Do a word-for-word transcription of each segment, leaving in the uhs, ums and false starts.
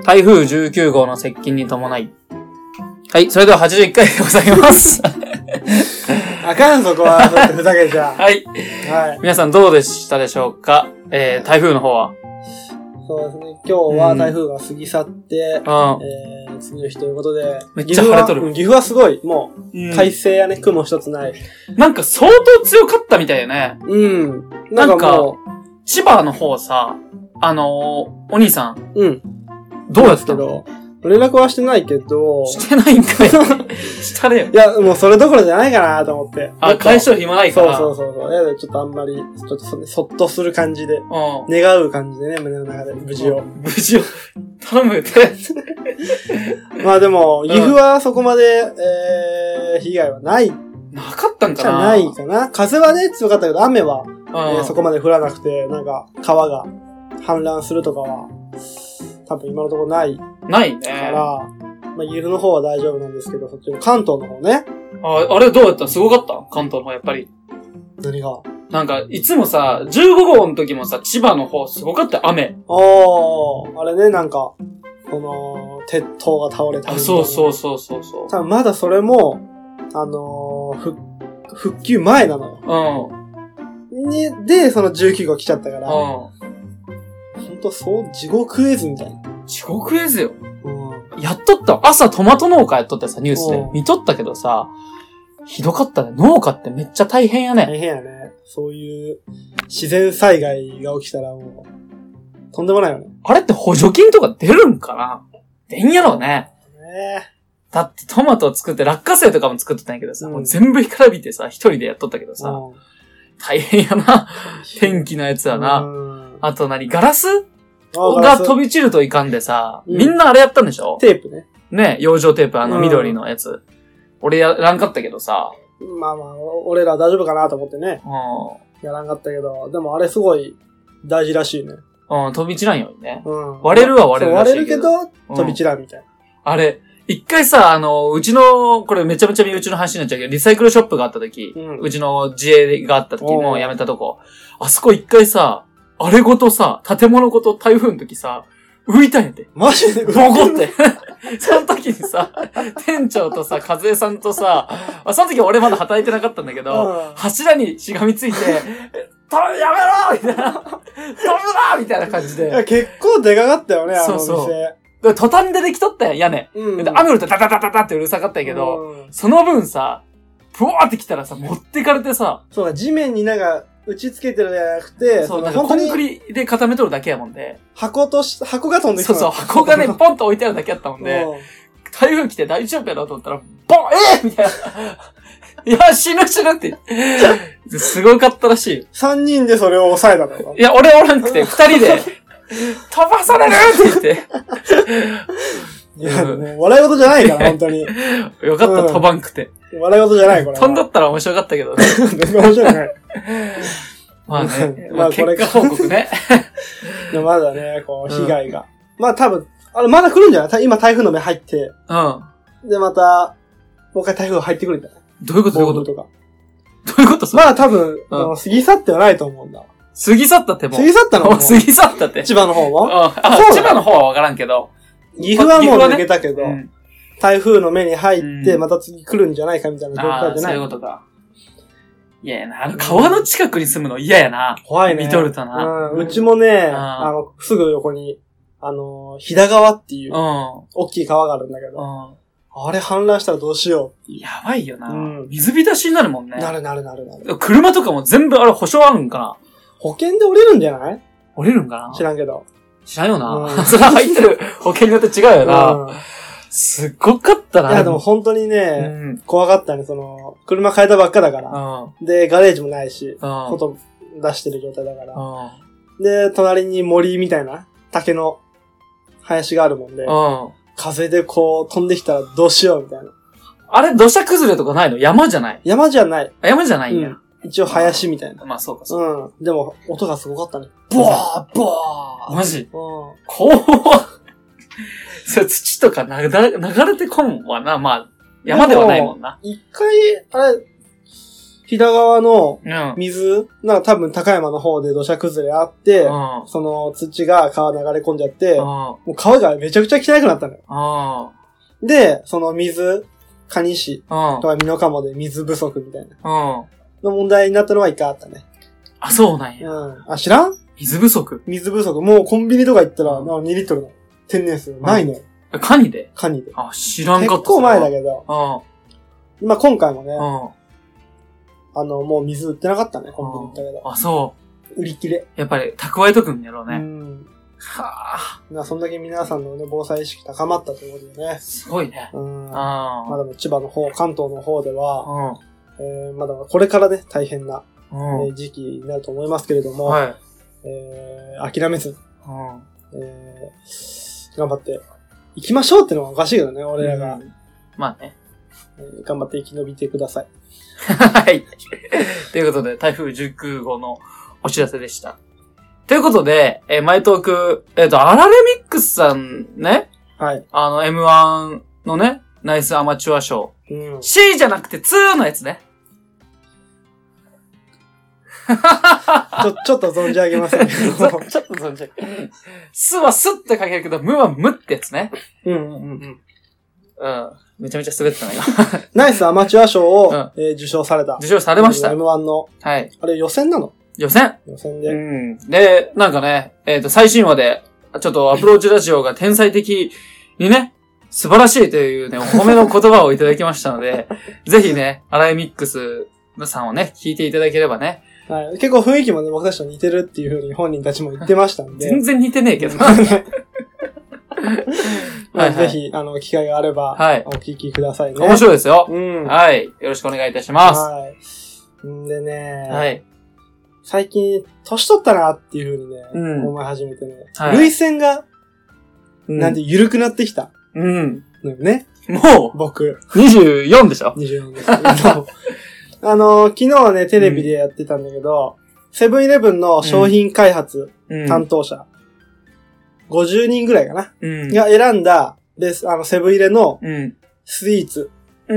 台風じゅうきゅうごうの接近に伴い。はい、それでははちじゅういっかいでございます。 あかん、そこは、ふざけちゃう。 はい。はい。皆さんどうでしたでしょうか？えー、台風の方は。 そうですね。今日は台風が過ぎ去って、うん、えー、次の日ということで。 めっちゃ晴れとる。 岐阜はすごい、もう、快晴やね、雲一つない。 なんか相当強かったみたいよね。 うん。 なんか、千葉の方さ、あのー、お兄さん。 うん。 どうやったの？ 連絡はしてないけど。 してないんかい。したれよ。 いや、もうそれどころじゃないかなと思って。 あ、返しと暇ないから。 そうそうそうそう。いや、ちょっとあんまり、ちょっとそ、そっとする感じで。うん。願う感じでね、胸の中で。無事を。 無事を。頼むって。 まあでも、岐阜はそこまで、えー、被害はない。 なかったんかな？ じゃないかな。風はね、強かったけど、雨は、えー、そこまで降らなくて、なんか、川が氾濫するとかは、多分今のところない。 ないね。 から、まあ、岐阜の方は大丈夫なんですけど、そっちの関東の方ね。 あ、あれどうやった？すごかった？関東の方やっぱり。 何が？ なんか、いつもさ、じゅうごごうの時もさ、千葉の方すごかったよ、雨。 ああ、あれね、なんか、この、鉄塔が倒れたり。 あ、そうそうそうそうそう。 多分まだそれも、あのー、ふ、復旧前なのよ。うん。に、で、そのじゅうきゅうごう来ちゃったから。うん。ほんと、そう、地獄絵図みたいな。 地獄絵図よ。うん。やっとった。朝トマト農家やっとってさ、ニュースで。見とったけどさ、ひどかったね。農家ってめっちゃ大変やね。 大変やね。そういう自然災害が起きたらもう、とんでもないよね。 あれって補助金とか出るんかな？出んやろうね。ねえ。だってトマトを作って落花生とかも作っとったんやけどさ、うん、もう全部干からびてさ、一人でやっとったけどさ、うん、大変やな。天気のやつはな。あと何？ガラスが飛び散るといかんでさ、うん、みんなあれやったんでしょ？ テープね。 ね、養生テープ、あの緑のやつ。うん、俺やらんかったけどさ。 まあまあ、俺ら大丈夫かなと思ってね。うん、やらんかったけど、でもあれすごい大事らしいね。 うん、飛び散らんようにね。うん、割れるは割れるらしいけど。 割れるけど、飛び散らんみたいな。 うん、あれ、一回さ、あの、うちの、これめちゃめちゃ身内の話になっちゃうけど、リサイクルショップがあった時、うん、うちの自営があった時、もう辞めたとこ、あそこ一回さ、あれごとさ、建物ごと台風の時さ、浮いたんやて。 マジでボコって。その時にさ、店長とさ、和江さんとさ、あその時俺まだ働いてなかったんだけど、うん、柱にしがみついて、と、やめろみたいな。飛ぶなみたいな感じで。 いや、結構でかかったよね、あの店。そうそう。 トタンでできとったやん、屋根。うん、で雨降るとタタタタタってうるさかったんやけど、うん、その分さ、ブワーって来たらさ、持ってかれてさ。 そうだ、地面になんか、打ち付けてるんじゃなくて、 そう、なんかコンクリで固めとるだけやもんで。 箱とし、箱が飛んできた。 そうそう、箱がね、ポンと置いてあるだけやったもんで、台風来て大丈夫やろと思ったら、ボンえーみたいな。いや、死ぬ死ぬって。すごかったらしい。 三人でそれを抑えたの？ いや、俺おらんくて、二人で、飛ばされるって言って。 いや、もう笑い事じゃないから、本当に。 よかった、飛ばんくて。 笑い事じゃない、これ。 飛んだったら面白かったけどね。 全然面白くない。 まあね。まあ、結果報告ね。 でもまだね、こう、被害が。まあ多分、あれ、まだ来るんじゃない今台風の目入って。うん。で、また、もう一回台風入ってくるんじゃないどういうことどういうこととか。 どういうことまあ多分、過ぎ去ってはないと思うんだ。 過ぎ去ったってもう。 過ぎ去ったのも過ぎ去ったって。 千葉の方もあ、千葉の方はわからんけど。 岐阜はもう抜けたけど、台風の目に入って、また次来るんじゃないかみたいな状態じゃない。 そういうことか。いややな、あの川の近くに住むの嫌やな。 怖いね。 見とるとな。 うん、うちもね、あの、すぐ横に、あの、飛騨川っていう、大きい川があるんだけど、あれ氾濫したらどうしよう。 やばいよな。水浸しになるもんね。 なるなるなるなる。 車とかも全部あれ保証あるんかな？ 保険で降りるんじゃない？ 降りるんかな？ 知らんけど。 知らんよな。それ入ってる保険によって違うよな。すっごかったな。 いや、でも本当にね、怖かったね。その、車変えたばっかだから。で、ガレージもないし、外出してる状態だから。で、隣に森みたいな竹の林があるもんで、風でこう飛んできたらどうしようみたいな。 あれ、土砂崩れとかないの？山じゃない？ 山じゃない。 山じゃないんや。 一応林みたいな。 まあそうかそうか。 うん。でも、音がすごかったね。 ボーボーマジ？うん。怖っ。それ土とか流れてこんわな。まあ、山ではないもんな。 一回、あれ、 飛騨川の水、うん、なんか多分高山の方で土砂崩れあって、うん、その土が川流れ込んじゃって、うん、もう川がめちゃくちゃ汚くなったのよ。うん、で、その水、蟹市とか美濃加茂で水不足みたいな、うん、の問題になったのは一回あったね。 あ、そうなんや。 うん。あ、知らん？ 水不足水不足。もうコンビニとか行ったら、うん、にリットルの天然水ないのよ。 うん、カニでカニで。 あ、知らんかった。 結構前だけど。うん。まあ今回もね、うんあの、もう水売ってなかったね、コンビニ行ったけど。 あ、そう。 売り切れ。 やっぱり、蓄えとくんやろうね。うん。 はぁ。そんだけ皆さんのね、防災意識高まったということでね。 すごいね。 うん。あまだ千葉の方、関東の方では、うん。えー、まだこれからね、大変な、うんえー、時期になると思いますけれども、はい。えー、諦めず、うん。えー、頑張って行きましょうってのはおかしいけどね、俺らが。うん、 まあね。 えー。頑張って生き延びてください。 はい。ということで、台風じゅうきゅう号のお知らせでした。ということで、えー、マイトーク、えっ、ー、と、アラレミックスさんね。はい。あの、エムワン のね、ナイスアマチュア賞。うん。C じゃなくてにのやつね。 ちょ、ちょっと存じ上げませんけど。 ちょっと存じ上げ。スはスって書けるけど、ムはムってやつね。 うんうんうんうん。 うん。めちゃめちゃ滑ったな、今。 ナイスアマチュア賞を、うんえー、受賞された。 受賞されました。 エムワン の。はい。あれ予選なの？ 予選予選で。 うん。で、なんかね、えっと、最新話で、ちょっとアプローチラジオが天才的にね、素晴らしいというね、お褒めの言葉をいただきましたので、ぜひね、アライミックスさんをね、聞いていただければね。 はい。結構雰囲気もね、僕たちと似てるっていう風に本人たちも言ってましたんで。 全然似てねえけど。 はい、ぜひ、あの、機会があれば、はい。お聞きくださいね。 面白いですよ。うん。はい。よろしくお願いいたします。はい。んでね、はい。最近、年取ったなっていう風にね、うん、思い始めてね、はい、涙腺が、なんて緩くなってきた。うん。ね。 もう僕。 にじゅうよんでしょ ?にじゅうよんです。あの、昨日ね、テレビでやってたんだけど、セブンイレブンの商品開発担当者、うん、ごじゅうにんぐらいかな、うん、が選んだ、ベス、あの、セブンイレのスイーツ、うん、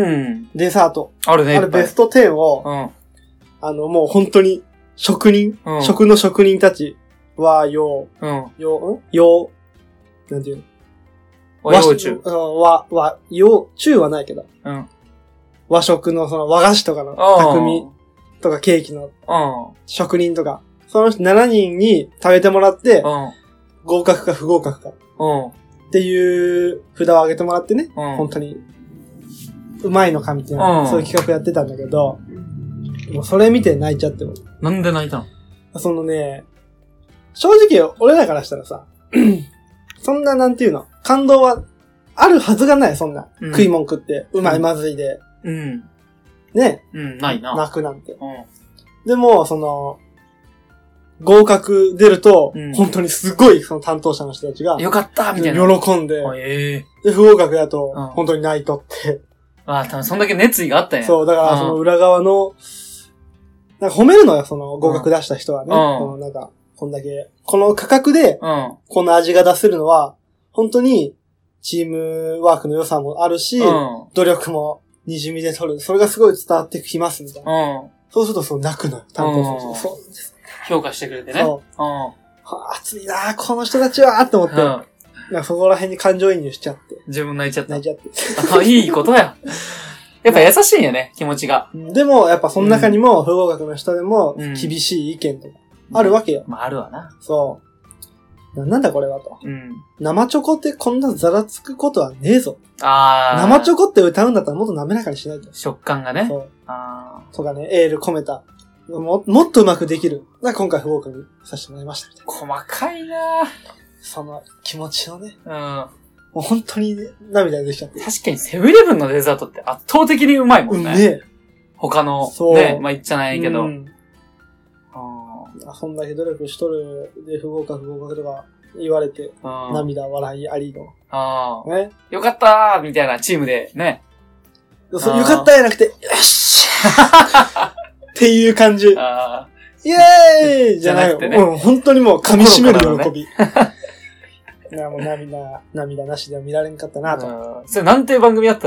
デザート。 あるね。 あれベストじゅうを、うん、あの、もう本当に、職人、うん、食の職人たちは、よう、うん、よう、よう、なんていうの和洋中。 和、和、洋、中はないけど。うん。和食のその和菓子とかの匠とかケーキの職人とか、その人しちにんに食べてもらって、合格か不合格かっていう札を上げてもらってね、本当にうまいのかみたいな、そういう企画やってたんだけど、もうそれ見て泣いちゃっても。 なんで泣いたの？そのね、正直俺らからしたらさ、そんななんていうの、感動はあるはずがない、そんな。うん、食い物食って、うまいまずいで。うん。ね。 うん、ないな。 泣くなんて。うん。でも、その、合格出ると、うん、本当にすごい、その担当者の人たちが、 よかったみたいな。 喜んで、えー、で、不合格だと、うん、本当に泣いとって。 ああ、多分そんだけ熱意があったんや。 そう、だから、その裏側の、なんか褒めるのよ、その合格出した人はね。うん、なんか、こんだけ、この価格で、この味が出せるのは、本当に、チームワークの良さもあるし、うん、努力も滲みで取る。それがすごい伝わってきますみたいな。うん、そうするとそう泣くのよ、担当者。そうです。 評価してくれてね。そう。うん、 はあ、熱いなこの人たちはって思って、うん、なんかそこら辺に感情移入しちゃって。 自分泣いちゃった。 泣いちゃって。 あ、いいことや。やっぱ優しいんやね、気持ちが。 でも、やっぱその中にも不合格の人でも厳しい意見とかあるわけよ。 うん、まああるわな。 そう。なんだこれはと。うん。生チョコってこんなざらつくことはねえぞ。ああ。生チョコって歌うんだったらもっと滑らかにしないと。 食感がね。そう。 ああ。とかね、エール込めた。も、もっとうまくできる。が今回不合格させてもらいましたみたいな。 細かいなその気持ちをね。うん。もう本当に、ね、涙出てきちゃって。 確かにセブンイレブンのデザートって圧倒的にうまいもんね。うんね。他の、そうね、まあ言っちゃないけど。うんあそんだけ努力しとるで不合格不合格とか言われて、涙笑いありの。ああ。ね。よかったーみたいなチームでね。 そう、よかったじゃなくて、よしっていう感じ。あイェーイじゃないよ。ね、うん、本当にもう噛み締める喜び。いやもう涙、涙なしでは見られんかったなと。 それなんていう番組やったの？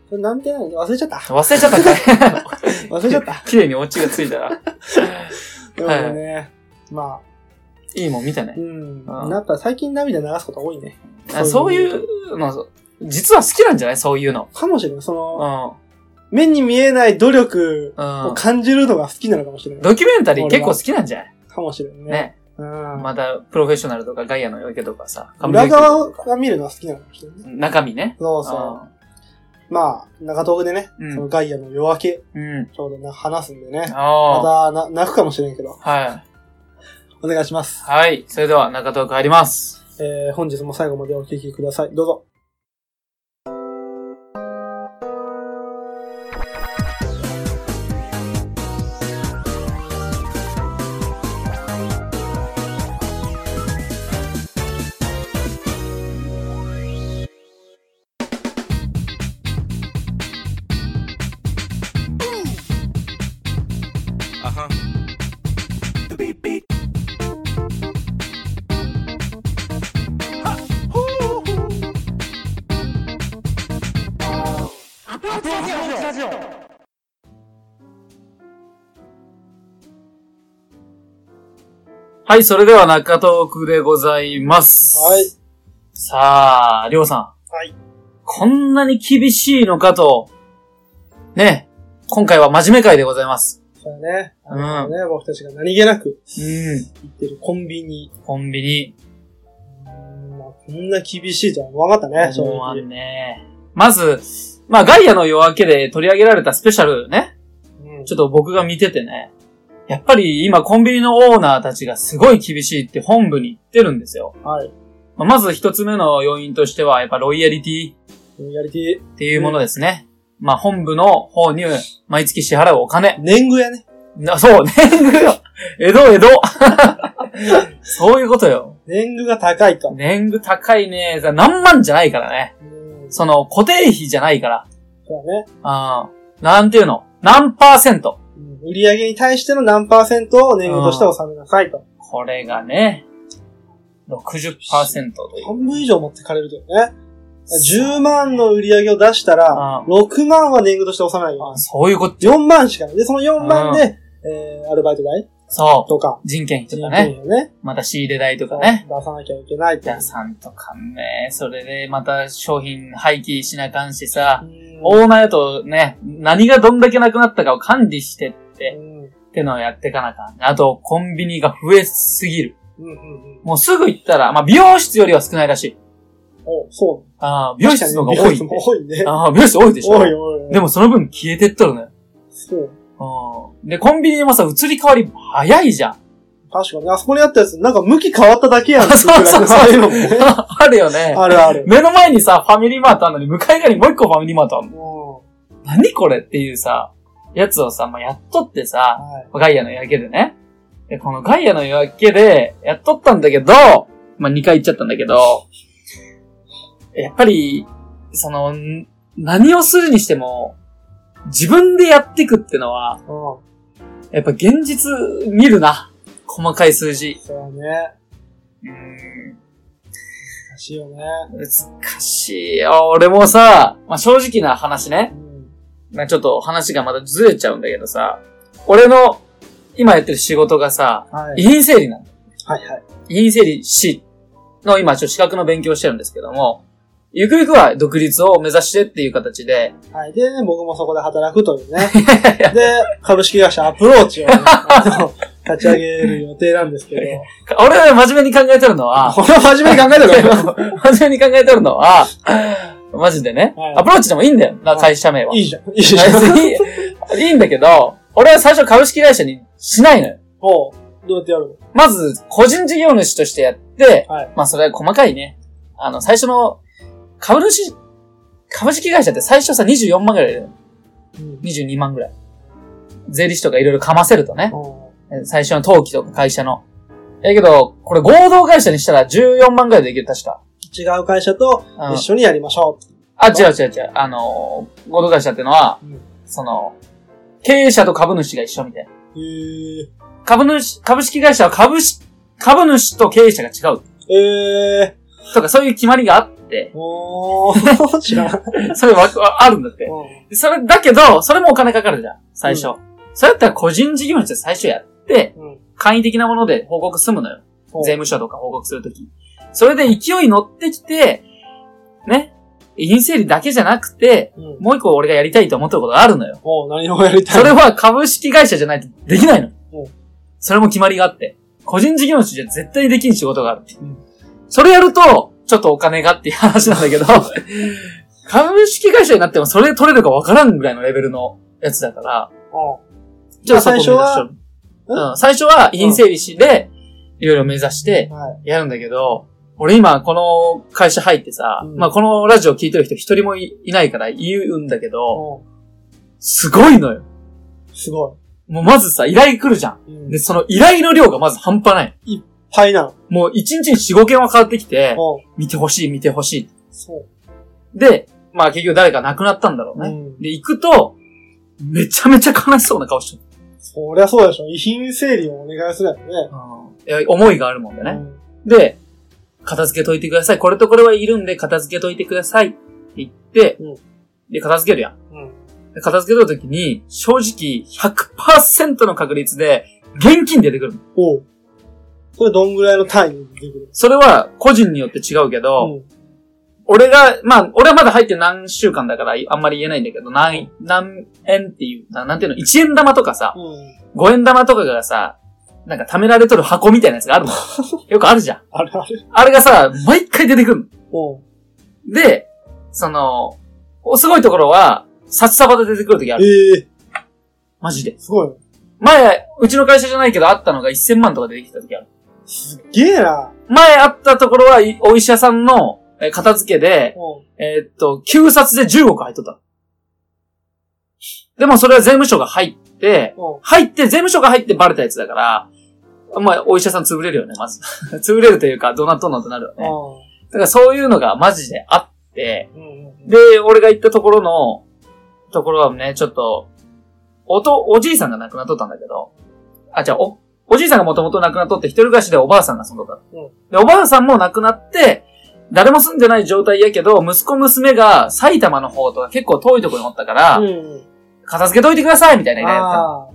これなんてないの忘れちゃった。 忘れちゃったかい忘れちゃった。 綺麗にオチがついたら。 でもね、はい、まあ。 いいもん見たね。 うん。うん、やっぱ最近涙流すこと多いね。 そういうの、実は好きなんじゃないそういうの。 かもしれない。その、うん、目に見えない努力を感じるのが好きなのかもしれない。 ドキュメンタリー結構好きなんじゃないかもしれないね。 ね。うん、また、プロフェッショナルとかガイアの夜明けとかさ。 裏側が見るのが好きなのかもしれない。 中身ね。 そうそう。まあ、中東でね、うん、そのガイアの夜明け、うん、ちょうど話すんでね。またな、泣くかもしれんけど。はい。お願いします。 はい。それでは中東帰ります。 えー、本日も最後までお聞きください。どうぞ。 はい、それでは中東区でございます。はい。さあ、りょうさん。はい。こんなに厳しいのかと、ね、今回は真面目会でございます。 そうだね。あのね、うん、僕たちが何気なく、うん。行ってるコンビニ。 コンビニ。 うん、まあ、こんな厳しいとは思わなかったね、 正直。そうね。まず、まあ、ガイアの夜明けで取り上げられたスペシャルね。うん、ちょっと僕が見ててね。やっぱり今コンビニのオーナーたちがすごい厳しいって本部に言ってるんですよ。はい。まあ、まず一つ目の要因としては、やっぱロイヤリティ。 ロイヤリティ。 っていうものですね。うん、まあ本部の方に毎月支払うお金。 年貢やね。 な、そう、年貢よ。江戸、江戸。そういうことよ。 年貢が高いか。 年貢高いね。何万じゃないからね。うん、その固定費じゃないから。 そうだね。 ああ。なんていうの何パーセント。 売り上げに対しての何パーセントを年貢として納めなさいと。 これがね、ろくじゅっパーセントという。 半分以上持ってかれるけどね。じゅうまんの売り上げを出したら、ろくまんは年貢として納めないよ、ね。 そういうこと。 よんまんしかない。で、そのよんまんで、えー、アルバイト代そう。 とか。 人件費とかね。人件費ね。また仕入れ代とかね。 出さなきゃいけないと。出さんとかね。それでまた商品廃棄しなかんしさ、オーナーとね、何がどんだけなくなったかを管理してって、ってのをやっていかなかん。あと、コンビニが増えすぎる。うんうんうん、もうすぐ行ったら、まあ、美容室よりは少ないらしい。 お、そう。 ああ、美容室の方が多い。 多いね。 ああ、美容室多いでしょ。 多い多い多い。 でもその分消えてっとるのよ。 そう。 うん。で、コンビニもさ、移り変わり早いじゃん。 確かに。あそこにあったやつ、なんか向き変わっただけやん。 そうそうそういうのもね。あるよね。 あるある。 目の前にさ、ファミリーマートあるのに、向かい側にもう一個ファミリーマートあるの。何これっていうさ、やつをさ、まあ、やっとってさ、はい、ガイアの夜明けでね。で、このガイアの夜明けで、やっとったんだけど、まあ、にかい行っちゃったんだけど、やっぱり、その、何をするにしても、自分でやっていくってのは、うん、やっぱ現実見るな。細かい数字。 そうね。うーん。難しいよね。 難しいよ。俺もさ、まあ、正直な話ね。うん、まあ、ちょっと話がまたずれちゃうんだけどさ、俺の今やってる仕事がさ、はい、遺品整理なんだ。はいはい。遺品整理士の今ちょっと資格の勉強してるんですけども、ゆくゆくは独立を目指してっていう形で。 はい。で、ね、僕もそこで働くというね。で、株式会社アプローチを、ね、立ち上げる予定なんですけど。 俺は真面目に考えてるのは、 俺は真面目に考えてるの真面目に考えてるのは、マジでね、はい、アプローチでもいいんだよ、会社名は。 いいじゃん。いいじゃん。 いい、いいんだけど、俺は最初株式会社にしないのよ。 おう。どうやってやるの？ まず、個人事業主としてやって、はい、まあそれは細かいね。あの、最初の、株主、株式会社って最初さにじゅうよんまんぐらいだよ。うん、にじゅうにまんぐらい。税理士とかいろいろかませるとね。最初の登記とか会社の。えけど、これ合同会社にしたらじゅうよんまんぐらいできる、確か。 違う会社と一緒にやりましょう。 あ、違う違う違う。あのー、合同会社ってのは、うん、その、経営者と株主が一緒みたいな。へー。株主、株式会社は株式、株主と経営者が違う。 へー。 とかそういう決まりがあって。 おー、知らん。 それわ、あるんだって。それ、だけど、それもお金かかるじゃん、最初。うん、そうやったら個人事業主で最初やって、うん、簡易的なもので報告済むのよ。税務署とか報告するとき。それで勢い乗ってきて、ね。遺品整理だけじゃなくて、うん、もう一個俺がやりたいと思ってることがあるのよ。 お何をやりたいの？ それは株式会社じゃないとできないの。それも決まりがあって。個人事業主じゃ絶対できん仕事がある。うん、それやると、ちょっとお金がっていう話なんだけど、株式会社になってもそれ取れるかわからんぐらいのレベルのやつだから、 じゃあ最初は、 うん、最初は遺品整理士で、いろいろ目指してやるんだけど、俺今この会社入ってさ、うん、まあこのラジオ聞いてる人一人も い, いないから言うんだけど、すごいのよ。 すごい。もうまずさ、依頼来るじゃん。うん、で、その依頼の量がまず半端ない。 いっぱいなの。 もう一日によん、ごけんは変わってきて、見てほしい、見てほしい。 そう。 で、まあ結局誰か亡くなったんだろうね。うん、で、行くと、めちゃめちゃ悲しそうな顔してる。 そりゃそうでしょ。遺品整理をお願いするやつね。 うん。いや、思いがあるもんだね。うん、で、片付けといてください。これとこれはいるんで片付けといてください。って言って、うん、で、片付けるやん。うん、で片付けた時に、正直 ひゃくパーセント の確率で、現金出てくる。 おう。それどんぐらいの単位で出てくる？ それは個人によって違うけど、うん、俺が、まあ、俺はまだ入って何週間だからあんまり言えないんだけど、何、何円っていう、ななんていうの、いちえん玉とかさ、うん、ごえん玉とかがさ、なんか貯められとる箱みたいなやつがあるの。よくあるじゃん。 あるある。 あれがさ、毎回出てくるの。で、その、すごいところは、札束で出てくるときある。ええー。マジで。 すごい。 前、うちの会社じゃないけどあったのがせんまんとか出てきたときある。 すっげえな。 前あったところは、お医者さんの片付けで、えー、っと、きゅうさつでじゅうおく入っとった。でもそれは税務署が入って、入って、税務署が入ってバレたやつだから、まあ、お医者さん潰れるよね、まず。潰れるというか、どうなっとんのってなるよね。だからそういうのがマジであって、うんうん、で、俺が行ったところの、ところはね、ちょっと、おと、おじいさんが亡くなっとったんだけど、あ、じゃあ、お、おじいさんがもともと亡くなっとって、一人暮らしでおばあさんが住んどった。うん、で、おばあさんも亡くなって、誰も住んでない状態やけど、息子娘が埼玉の方とか結構遠いところにおったから、うんうん、片付けといてくださいみたいな依頼だった。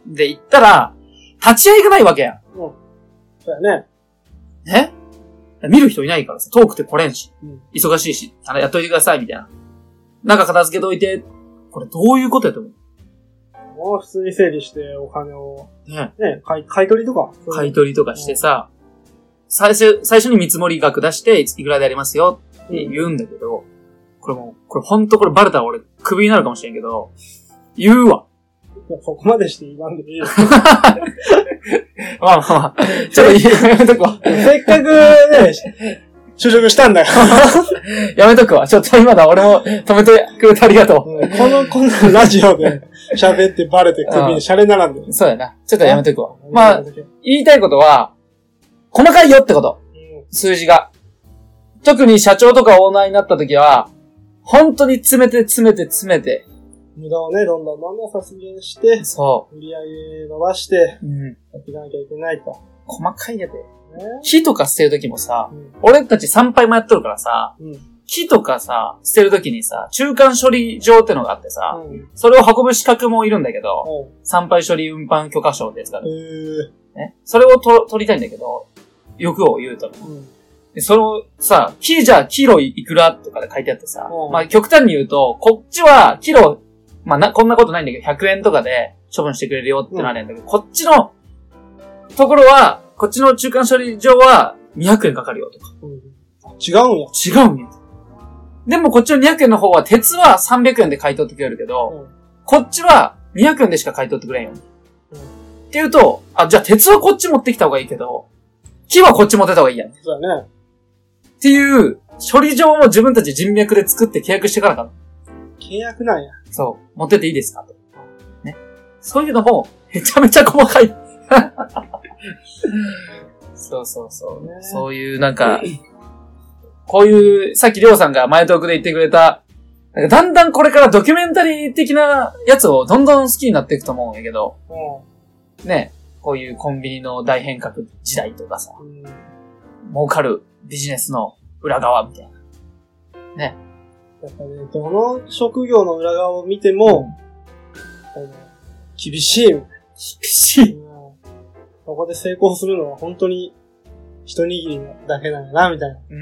で、行ったら、立ち会いがないわけやん。うん。 そうやね。 え見る人いないからさ、遠くて来れんし、うん、忙しいし、やっといてくださいみたいな。なんか片付けといて、これどういうことやと思う？ もう普通に整理してお金を、ね、ね、買い、買い取りとか。 買い取りとかしてさ、最初、最初に見積もり額出して、いくらでやりますよって言うんだけど、うん、これもう、これほんとこれバレたら俺、クビになるかもしれんけど、言うわ。 いや、そこまでして言わんでいいよ。 まあまあまあ、ちょっとやめとくわ。 せっかくね、就職したんだよ。 やめとくわ。ちょっと今だ、俺も止めてくれてありがとう。 うん、この、このラジオで喋ってバレてクビにシャレならんで、 うん。そうやな。ちょっとやめとくわ。まあ、言いたいことは、細かいよってこと。うん、数字が。特に社長とかオーナーになった時は、本当に詰めて詰めて詰めて、 無駄をね、どんどんどんどん削減して、 そう。 売り上げ伸ばして、うん。やっていかなきゃいけないと。 細かいやで。木とか捨てるときもさ、うん、俺たち参拝もやっとるからさ、うん、木とかさ、捨てるときにさ、中間処理場ってのがあってさ、うん、それを運ぶ資格もいるんだけど、うん、参拝処理運搬許可証ってやつがある。へーね。それをと取りたいんだけど、欲を言うと、うん、で、そのさ、木じゃあキロいくらとかで書いてあってさ、まあ極端に言うと、こっちはキロ、まあな、こんなことないんだけど、ひゃくえんとかで処分してくれるよってなるんだけど、うん、こっちのところは、こっちの中間処理場はにひゃくえんかかるよとか。 うん、違うんや。 違うんや。でもこっちのにひゃくえんの方は鉄はさんびゃくえんで買い取ってくれるけど、うん、こっちはにひゃくえんでしか買い取ってくれんよ。うん、っていうと、あ、じゃあ鉄はこっち持ってきた方がいいけど、木はこっち持ってた方がいいやん。 そうだね。 っていう、処理場も自分たち人脈で作って契約してからかな。 契約なんや。 そう。持ってっていいですかと。ね。そういうのも、めちゃめちゃ細かい。そうそうそう、ね。そういう、なんか、こういう、さっきりょうさんが前トークで言ってくれた、なんかだんだんこれからドキュメンタリー的なやつをどんどん好きになっていくと思うんやけど、うん、ね。こういうコンビニの大変革時代とかさ、うん、儲かるビジネスの裏側みたいな。 ね。 やっぱね、どの職業の裏側を見ても、うん、厳しい。厳しい、うん。 ここで成功するのは本当に一握りだけなんだな、みたいな。うん。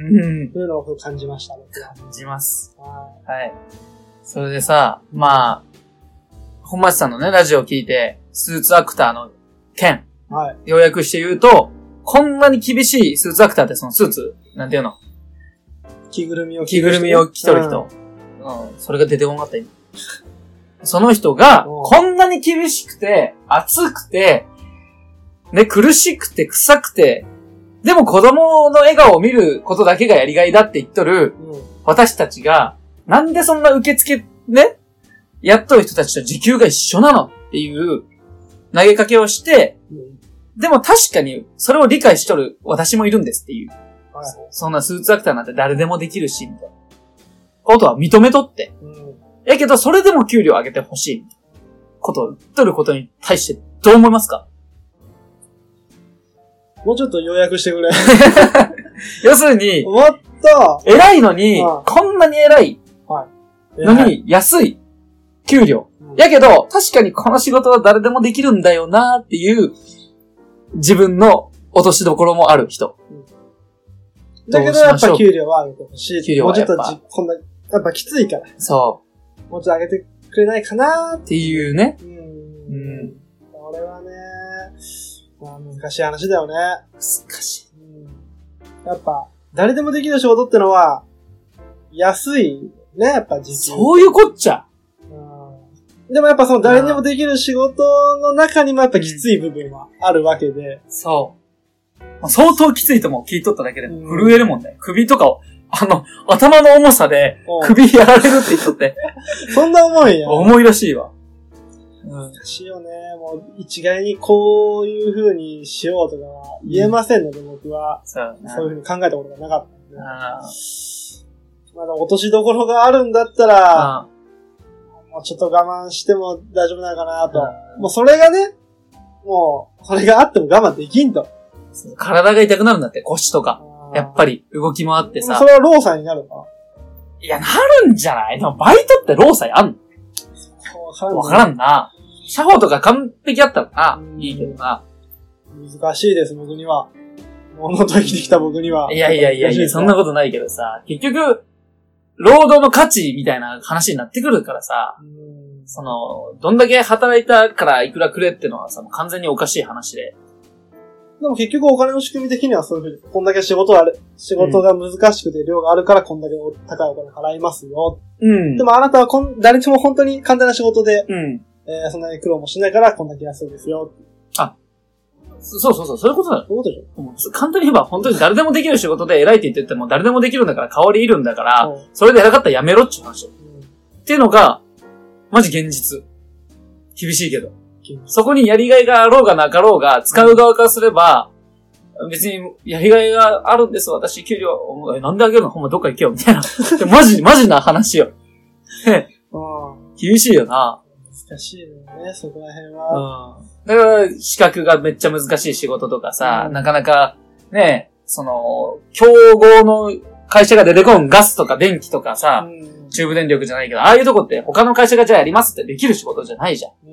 そういうのを感じましたね。 感じます。はい。はい。それでさ、まあ、本町さんのね、ラジオを聞いて、スーツアクターの件。はい。要約して言うと、こんなに厳しいスーツアクターってそのスーツ、なんていうの？ 着ぐるみを着ぐるみを着とる人。うん。うん、それが出てこなかった今。その人が、こんなに厳しくて、暑くて、ね、苦しくて、臭くて、でも子供の笑顔を見ることだけがやりがいだって言っとる、うん、私たちが、なんでそんな受付、ね、やっとる人たちと時給が一緒なのっていう投げかけをして、うん、でも確かにそれを理解しとる私もいるんですっていう。はい、そんなスーツアクターなんて誰でもできるし、みたいなことは認めとって。うん、やけどそれでも給料上げてほしい。ことを言っとることに対してどう思いますか？ もうちょっと要約してくれ。 要するに、 もっと偉いのに、うん、こんなに偉いのに安い給料。うん、やけど、確かにこの仕事は誰でもできるんだよなっていう自分の落としどころもある人。うん、 だけどやっぱ給料は上げてほしい。給料はやっぱもうちょっとこんな、やっぱきついから。 そう。 もうちょっと上げてくれないかなっていうね。うん。 うん。これはね、まあ難しい話だよね。 難しい。 うん、やっぱ、誰でもできる仕事ってのは、安いね、やっぱ時給。 そういうこっちゃ。 うん、でもやっぱその誰でもできる仕事の中にもやっぱきつい部分はあるわけで。 うん、そう。相当きついとも聞いとっただけでも震えるもんね。うん、首とかを、あの、頭の重さで首やられるって言っとって。 そんな重いんや。 重いらしいわ。 難しいよね。もう一概にこういう風にしようとかは言えませんので、うん、僕は。そうね。そういう風に考えたことがなかったので。あまだ落としどころがあるんだったら、もうちょっと我慢しても大丈夫なのかなと。もうそれがね、もう、それがあっても我慢できんと。 体が痛くなるんだって、腰とか。やっぱり動き回ってさ。 それは労災になるのかな？ いや、なるんじゃない？でもバイトって労災あんの？わからんな。社保とか完璧あったらな、いいけどな。 難しいです、僕には。物と生きてきた僕には。 いやいやいやいや、そんなことないけどさ、結局、労働の価値みたいな話になってくるからさ、うんその、どんだけ働いたからいくらくれってのはさ、完全におかしい話で。 でも結局お金の仕組み的にはそういうふうに、こんだけ仕事ある、仕事が難しくて量があるからこんだけ高いお金払いますよ。うん。でもあなたはこん誰にも本当に簡単な仕事で、うん。えー、そんなに苦労もしないからこんだけ安いですよ。 あ、そうそうそう、そういうことだよ。 そういうことでしょ。簡単に言えば本当に誰でもできる仕事で偉いって言ってても誰でもできるんだから代わりいるんだから、うん、それで偉かったらやめろっていう話、うん、っていうのが、マジ現実。厳しいけど。そこにやりがいがあろうがなかろうが、使う側からすれば、別にやりがいがあるんです、私、給料。なんであげるのほんまどっか行けよ、みたいな。マジ、マジな話よ。厳しいよな。 難しいよね、そこら辺は。 うん。だから、資格がめっちゃ難しい仕事とかさ、うん、なかなか、ね、その、競合の会社が出てこんガスとか電気とかさ、うん、中部電力じゃないけど、ああいうとこって他の会社がじゃあやりますってできる仕事じゃないじゃん。うん、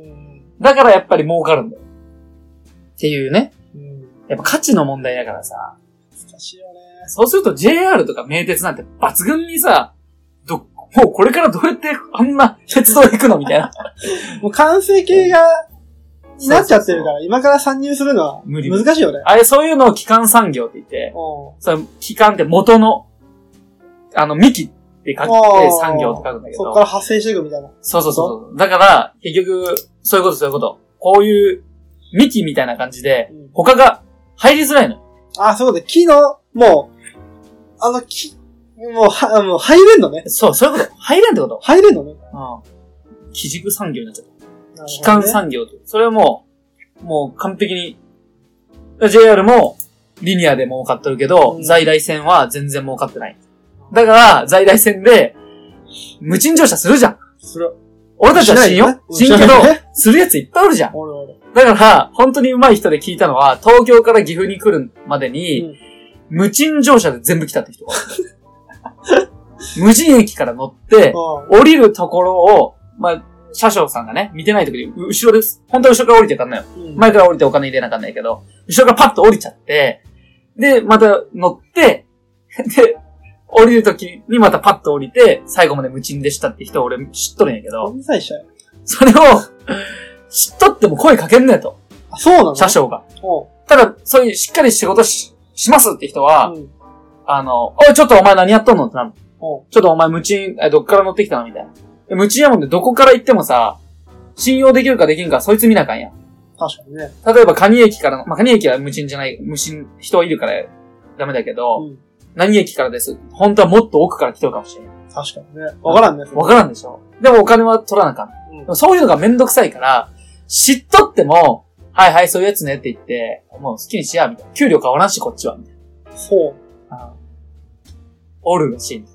だからやっぱり儲かるんだよ。っていうね。うん、やっぱ価値の問題だからさ。 難しいよね。 そうすると ジェイアール とか名鉄なんて抜群にさ、ど、もうこれからどうやってあんな鉄道行くのみたいな。 もう完成形が、になっちゃってるから、今から参入するのは難しいよね。 あれ、そういうのを基幹産業って言って、その基幹って元の、あの、幹って書いて産業って書くんだけど。 そこから発生していくみたいな。 そうそうそう。だから、結局、そういうことそういうこと。こういう幹みたいな感じで、うん、他が入りづらいの。 あ、そういうことで、木の、もう、あの木、もう、は、もう入れんのね。 そう、そういうこと。入れんってこと入れんのね。 うん。基軸産業になっちゃった。基幹産業と。それはもう、もう完璧に、ジェイアール もリニアで儲かってるけど、うん、在来線は全然儲かってない。だから、在来線で、無賃乗車するじゃん。する。俺たちは信用信けど、するやついっぱいあるじゃん。おるおる。だから、本当に上手い人で聞いたのは、東京から岐阜に来るまでに、うん、無賃乗車で全部来たって人。 無人駅から乗って、降りるところを、まあ、車掌さんがね、見てないときに、後ろです。本当は後ろから降りてたんだよ。うん、前から降りてお金入れなかったんだけど、後ろからパッと降りちゃって、で、また乗って、で、降りるときにまたパッと降りて、最後まで無賃でしたって人俺知っとるんやけど、それを、知っとっても声かけんねえと。 あ、そうなの？ 車掌が。ただ、そういうしっかり仕事し、しますって人は、うん、あの、おい、ちょっとお前何やっとんのってなる。ちょっとお前無賃、え、どっから乗ってきたのみたいな。無賃やもんでどこから行ってもさ、信用できるかできんかそいつ見なあかんやん。 確かにね。 例えば、カニ駅からの、まあ、カニ駅は無賃じゃない、無賃、人いるからダメだけど、うん、何駅からです。本当はもっと奥から来てるかもしれん。 確かにね。わからんね。 わからんでしょ。でもお金は取らなあかん。うん、でもそういうのがめんどくさいから、知っとっても、はいはい、そういうやつねって言って、もう好きにしや、みたいな。給料変わらんし、こっちは、みたいな。 そう。 あおるらしいんです。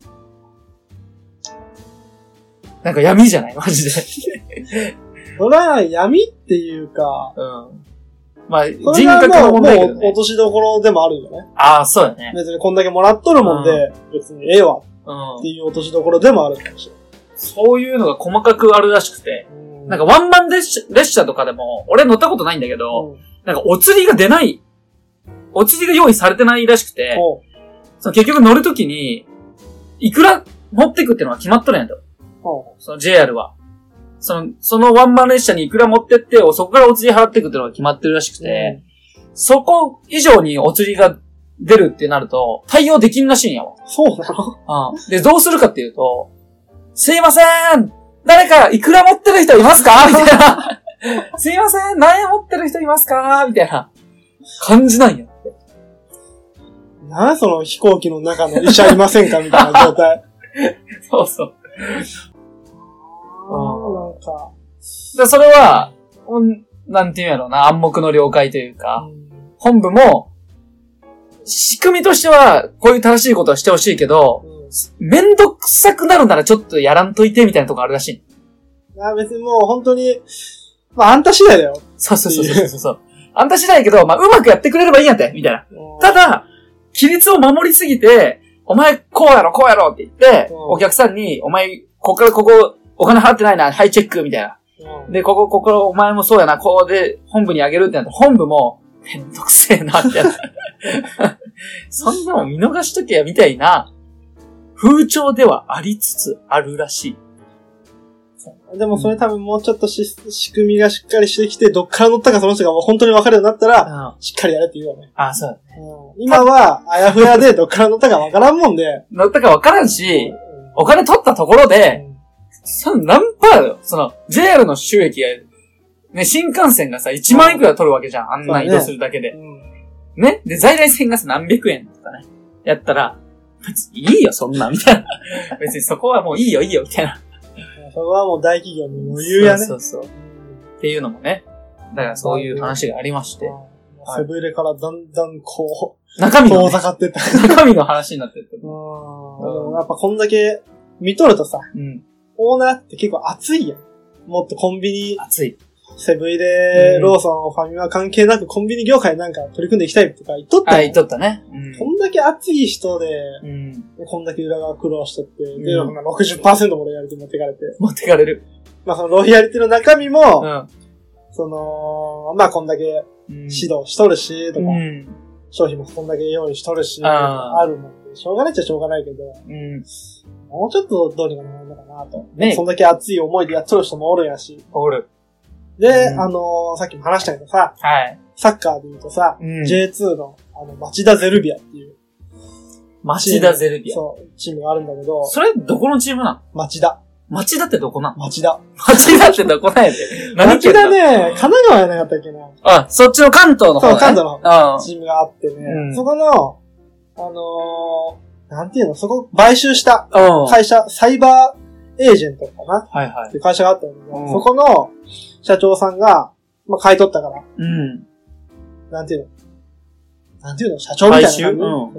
なんか闇じゃないマジで。 それは闇っていうか、 うん。まあ、人格の問題だけどね。 もう落としどころでもあるよね。 ああ、そうだね。 別にこんだけもらっとるもんで、うん、別にええわ。っていう落としどころでもあるかもしれない。 そういうのが細かくあるらしくて、うん、なんかワンマン列車、列車とかでも、俺乗ったことないんだけど、うん、なんかお釣りが出ない、お釣りが用意されてないらしくて、その結局乗るときに、いくら持ってくってのは決まっとるんやと。その ジェイアール は。その、そのワンマン列車にいくら持ってって、そこからお釣り払ってくってのが決まってるらしくて、うん、そこ以上にお釣りが出るってなると、対応できんらしいんやわ。 そうなの？ うん。で、どうするかっていうと、すいません誰かいくら持ってる人いますかみたいな。すいません何円持ってる人いますかみたいな感じなんやって。 な、その飛行機の中の医者いませんかみたいな状態。 そうそう。 ああ、なんか。 で、それは、なんていうんやろうな、暗黙の了解というか、うん、本部も、仕組みとしては、こういう正しいことはしてほしいけど、うん、めんどくさくなるならちょっとやらんといてみたいなとこあるらしい。 あ、別にもう本当に、まああんた次第だよ。 そうそうそうそうそう。あんた次第だけど、まあうまくやってくれればいいんやって、みたいな。ただ、規律を守りすぎて、お前こうやろこうやろって言って、お客さんに、お前ここからここお金払ってないな、はいチェックみたいな。で、ここ、ここお前もそうやな、こうで本部にあげるってなって、本部もめんどくせえなってやつ。そんなもん見逃しとけやみたいな風潮ではありつつあるらしい。 でもそれ多分もうちょっとし仕組みがしっかりしてきて、どっから乗ったかその人がもう本当に分かるようになったら、しっかりやれって言うよね。 ああ、そうだね。 うん、今は、あやふやでどっから乗ったか分からんもんで。 乗ったか分からんし、うん、お金取ったところで、うん、その何パーだよ。その、ジェイアール の収益が、ね、新幹線がさ、いちまんいくら取るわけじゃん。あんな移動するだけで。ね。うん、ねで、在来線がさ、何百円とかね。やったら、別にいいよ、そんな、みたいな。別にそこはもういいよ、いいよ、みたいな。 それはもう大企業の余裕やね。 そうそうそう。っていうのもね。だからそういう話がありまして。 セブン入れからだんだんこう、 中身の、ね、 遠ざかってった。 中身の話になってる。 うん。やっぱこんだけ見とるとさ、うん、オーナーって結構熱いやん。もっとコンビニ。 熱い。 セブン入れ、ローソン、ファミマ関係なくコンビニ業界なんか取り組んでいきたいとか言っとったあ、言っとったね。 うん、こんだけ熱い人で、うん、こんだけ裏側苦労しとって、うん、で、ろくじゅっパーセントもロイヤリティ持ってかれて。 持ってかれる。 まあそのロイヤリティの中身も、うん、その、まあこんだけ指導しとるし、とか、うん、商品もこんだけ用意しとるし、あ, あるもんで、しょうがないっちゃしょうがないけど、うん、もうちょっとどうにかなるのかなと。ね。そんだけ熱い思いでやっとる人もおるやし。 おる。 で、うん、あのー、さっきも話したけどさ、はい。サッカーで言うとさ、うん、ジェイツー の、あの、町田ゼルビアっていう。 町田ゼルビア。 そう、チームがあるんだけど。 それ、どこのチームなの？ 町田。 町田ってどこなの？ 町田。 町田ってどこなんやで。 何町田ね、神奈川やなかったっけな。 あ、そっちの関東の方ね。 そう、関東の方。チームがあってね、うん、そこの、あのー、なんていうの、そこ、買収した会社、サイバー、エージェントかなはいはい。っていう会社があったんだけど、うん、そこの社長さんが、まあ、買い取ったから。うん。なんていうのなんていうの社長みたいな感じ、うん、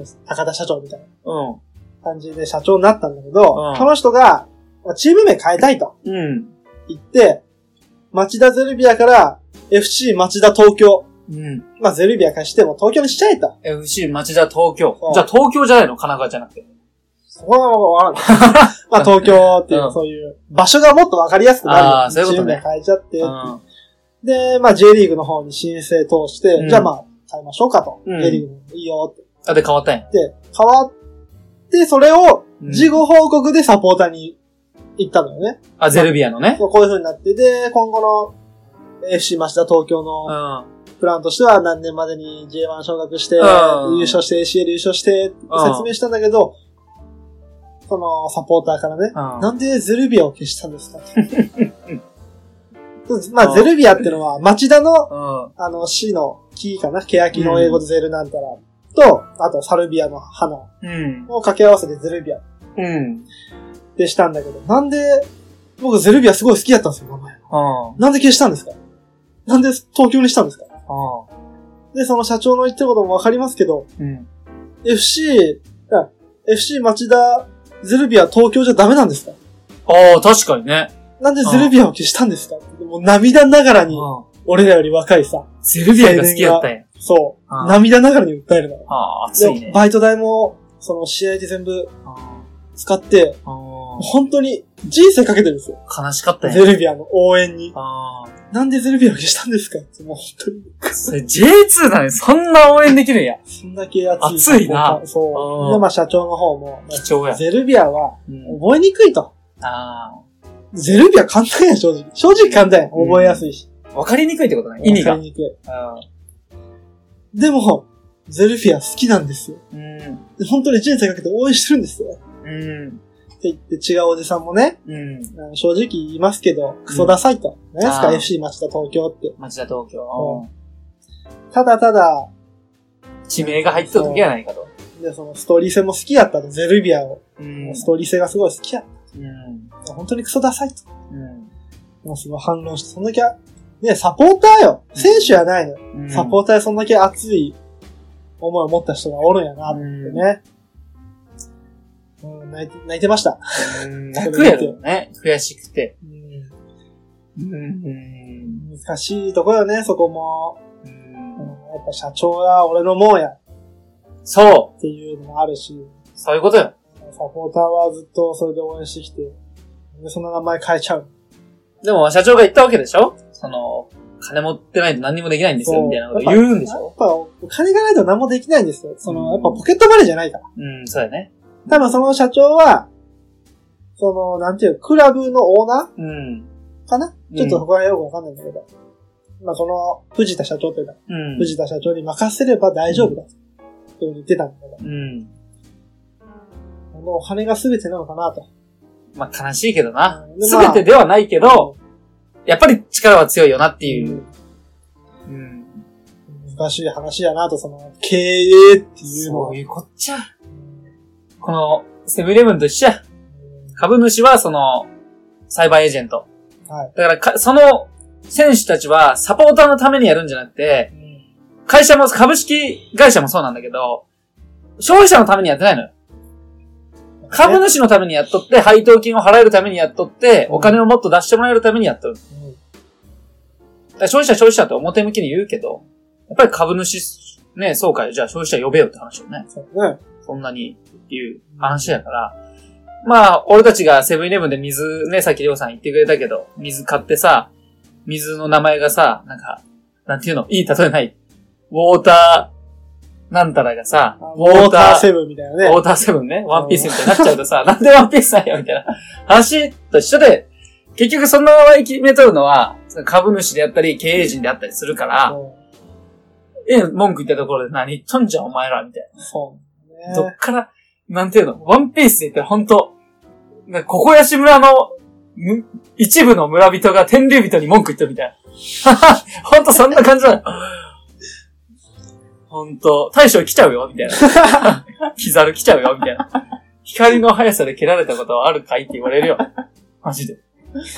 高田社長みたいな。うん。感じで社長になったんだけど、うん、その人が、チーム名変えたいと。うん。言って、町田ゼルビアから エフシー 町田東京。うん。まあ、ゼルビア貸しても東京にしちゃえと。 エフシー 町田東京。じゃあ東京じゃないの神奈川じゃなくて。 そこはわからない。まあ東京っていう、うん、そういう場所がもっとわかりやすくなる。 ああ、そういうことね。 変えちゃって、うん。で、まあ J リーグの方に申請通して、うん、じゃあまあ変えましょうかと。うん、J リーグもいいよって。 あ、で変わったんや。 で、変わって、それを事後報告でサポーターに行ったのよね。 あ、ゼルビアのね。 そう、こういう風になって、で、今後の エフシー 町田東京のプランとしては何年までに ジェイワン 昇格して、優勝して エーシーエル 優勝して説明したんだけど、そのサポーターからね、なんでゼルビアを消したんですかまあ、ゼルビアってのは町田の、あの、市の木かな、欅の英語でゼルなんたらと、あとサルビアの花を掛け合わせてゼルビアでしたんだけど、なんで、僕ゼルビアすごい好きだったんですよ、名前。なんで消したんですか？なんで東京にしたんですか？で、その社長の言ってることもわかりますけど、うん、エフシー、エフシー 町田、ゼルビア東京じゃダメなんですか？ ああ、確かにね。 なんでゼルビアを消したんですか？もう涙ながらに、俺らより若いさ。 ゼルビアが好きだったんや。 そう。涙ながらに訴えるの。 ああ、熱いね。 バイト代も、その試合で全部使って、本当に人生かけてるんですよ。 悲しかったね。 ゼルビアの応援に。あなんでゼルビアを消したんですか？もう本当に。 それ ジェイツー だね。そんな応援できるんや。 そんだけ熱い。 熱いな。 そう。で、まあ社長の方も。 貴重や。 ゼルビアは覚えにくいと。 うん、あゼルビア簡単や、正直。正直簡単や。覚えやすいし。 わ、うん、かりにくいってことね。意味が。 わかりにくい。でも、ゼルビア好きなんですよ。うん、本当に人生かけて応援してるんですよ。うんって言って違うおじさんもね、うん、正直言いますけど、クソダサいと。何、うん、ですか エフシー 町田東京って。 町田東京。 うん、ただただ、 地名が入ってた時やないかと。 で、そのストーリー性も好きやったと、ゼルビアを。うん、ストーリー性がすごい好きやった。うん、本当にクソダサいと。うん、もうすごい反論して、そんだけ、ね、サポーターよ。選手やないの。うん、サポーターでそんだけ熱い思いを持った人がおるんやなってね。うん、泣いて、泣いてました。 泣くやろね。悔しくて。 うんうん、難しいとこよね、そこも。うん、やっぱ社長が俺のもんや。 そうっていうのもあるし。 そういうことよ。 サポーターはずっとそれで応援してきて、でその名前変えちゃう。 でも社長が言ったわけでしょ？その、金持ってないと何にもできないんですよ、みたいなこと言うんでしょ？ やっぱ、お金がないと何もできないんですよ。その、やっぱポケットマネーじゃないから。 うん、そうだね。 多分その社長は、その、なんていう、クラブのオーナー、うん、かな、ちょっとそこはよくわかんないんだけど。まあ、その、藤田社長というか、うん、藤田社長に任せれば大丈夫だ。と、うん、言ってたんだけど。うん。もうお金が全てなのかなと。 まあ、悲しいけどな。全、まあ、てではないけど、うん、やっぱり力は強いよなっていう。うん。うん、 難しい話やなと、その、経営っていうのは。 そういうこっちゃ。この、セブンイレブンと一緒や。株主はその、裁判エージェント。はい。だからか、その、選手たちはサポーターのためにやるんじゃなくて、うん、会社も、株式会社もそうなんだけど、消費者のためにやってないのよ。株主のためにやっとって、配当金を払えるためにやっとって、うん、お金をもっと出してもらえるためにやっとる。うん、だから消費者消費者って表向きに言うけど、やっぱり株主、ね、総会じゃあ消費者呼べよって話をね。そうね。そんなにっていう話やから、まあ、俺たちがセブンイレブンで水ね、さっきりょうさん言ってくれたけど、水買ってさ、水の名前がさ、なんか、なんていうの、いい例えない。ウォーター、なんたらがさ、 ウォーターセブンみたいなね。 ウォーターセブンね。ワンピースみたいになっちゃうとさ、なんでワンピースなんやみたいな話と一緒で、結局その名前決めとるのは、株主であったり、経営陣であったりするから、え、文句言ったところで何言っとんじゃんお前らみたいな。そうね。どっから、なんていうの、ワンピースで言ったらほんと、ここやし村の一部の村人が天竜人に文句言ってるみたいな。ほんとそんな感じなの。ほんと、大将来ちゃうよみたいな。キザル来ちゃうよみたいな。光の速さで蹴られたことはあるかいって言われるよ。マジで。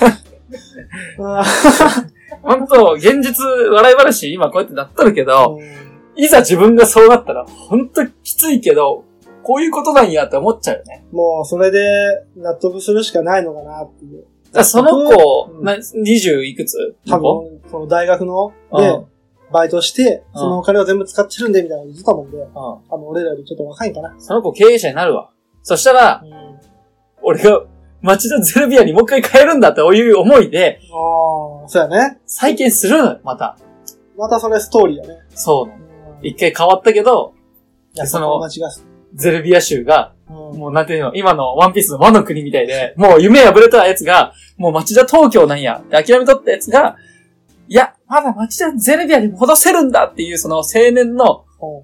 ほんと、現実笑い話今こうやってなっとるけど、いざ自分がそうなったらほんときついけど、こういうことなんやって思っちゃうよね。 もう、それで納得するしかないのかなっていう。 だその子、うん、な、二十いくつ多分、その大学の、で、バイトして、そのお金を全部使ってるんで、みたいなの言ってたもんで、あの、俺らよりちょっと若いんかな。 その子経営者になるわ。 そしたら、うん、俺が町田ゼルビアにもう一回変えるんだっていう思いで、 ああ、そうやね。 再建するのよ、また。 またそれストーリーやね。 そう。一、うん、回変わったけど、その、ゼルビア州が、うん、もうなんていうの、今のワンピースの和の国みたいで、もう夢破れたやつが、もう町田東京なんや、って諦めとったやつが、いや、まだ町田ゼルビアに戻せるんだっていうその青年の、うん、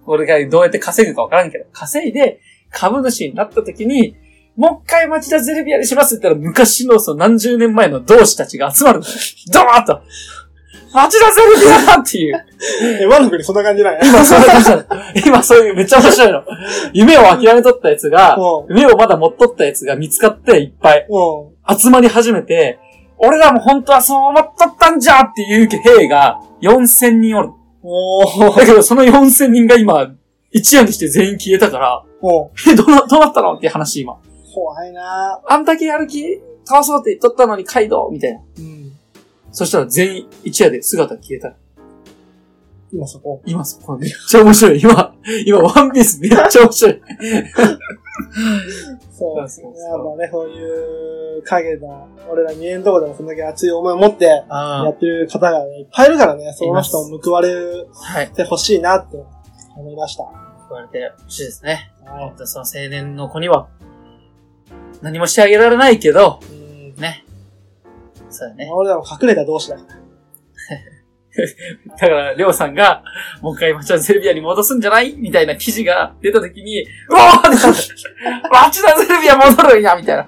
これがどうやって稼ぐかわからんけど、稼いで株主になった時に、もう一回町田ゼルビアにしますって言ったら昔のその何十年前の同志たちが集まる。ドーンと町田ゼルビアっていう。 え、ワノ国そんな感じなんや。 今そういう感じなの。今そういうめっちゃ面白いの。夢を諦めとったやつが、夢をまだ持っとったやつが見つかっていっぱい集まり始めて、俺らも本当はそう思っとったんじゃっていう兵がよんせんにんおる。おだけどそのよんせんにんが今一夜にして全員消えたから、え、どうな、どうなったのっていう話今。 怖いなぁ。あんだけやる気倒そうって言っとったのにカイドウみたいな。うん。そしたら全員一夜で姿消えた。 今そこ。 今そこ。めっちゃ面白い。今、今ワンピースめっちゃ面白い。 そうですね。やっぱね、こういう影の、俺ら見えんとこでもそんだけ熱い思いを持ってやってる方がね、いっぱいいるからね、その人も報われてほしいなって思いました。 報われてほしいですね。はい。その青年の子には、何もしてあげられないけど、うんね。そうだね。 俺らも隠れた同士だから。 だから、りょうさんが、もう一回町田ゼルビアに戻すんじゃないみたいな記事が出たときに、うわーって町田ゼルビア戻るんやみたいな。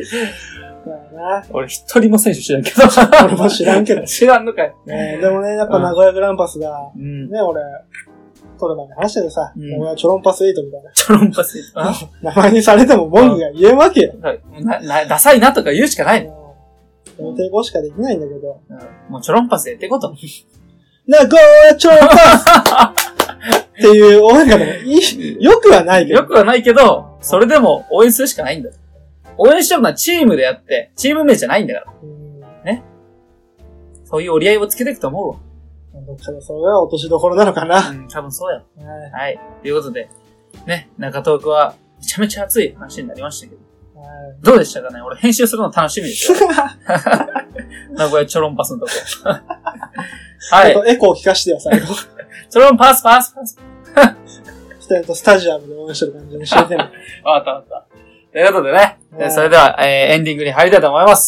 俺一人も選手知らんけど。 俺も知らんけど。 知らんのかい。 ね、でもね、やっぱ名古屋グランパスが、うん、ね、俺、取る前に話しててさ、うん、俺はチョロンパスエイトみたいな。 チョロンパスエイト名前にされても文句が言えんわけよ。 な、な、ダサいなとか言うしかないの。 抵抗しかできないんだけど。 うん、もうチョロンパスでってこと名古屋チョロンパスっていう応援がね、よくはないけど。 よくはないけど、それでも応援するしかないんだ。応援してるのはチームでやって、チーム名じゃないんだから。ね。そういう折り合いをつけていくと思うわ。 どっかでそれは落としどころなのかな。 うん、多分そうや。はい。はい。ということで、ね、中東区はめちゃめちゃ熱い話になりましたけど。はい。どうでしたかね？俺編集するの楽しみですよ。名古屋チョロンパスのとこ。はい。 あとエコー聞かしてよ、最後。 チョロンパスパスパス。 スタジアムで応援してる感じにしててね。 わかったわかった。ということでね、うん、それでは、えー、エンディングに入りたいと思います。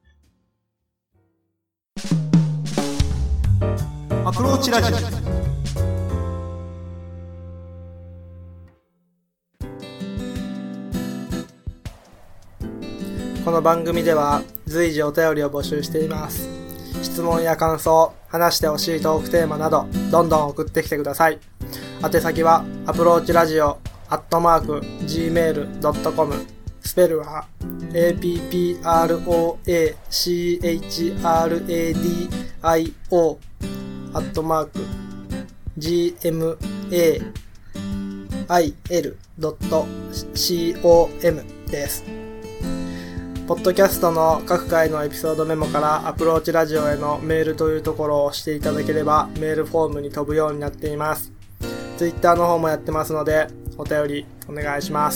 アプローチラジオ。この番組では随時お便りを募集しています。質問や感想、話してほしいトークテーマなどどんどん送ってきてください。宛先はアプローチラジオアットマーク ジーメールドットコム、 スペルは エーピーピーアールオーエーシーエイチアールエーディーアイオーアットマーク ジーエムエーアイエルドットコム です。ポッドキャストの各回のエピソードメモからアプローチラジオへのメールというところを押していただければメールフォームに飛ぶようになっています。ツイッターの方もやってますのでお便りお願いします。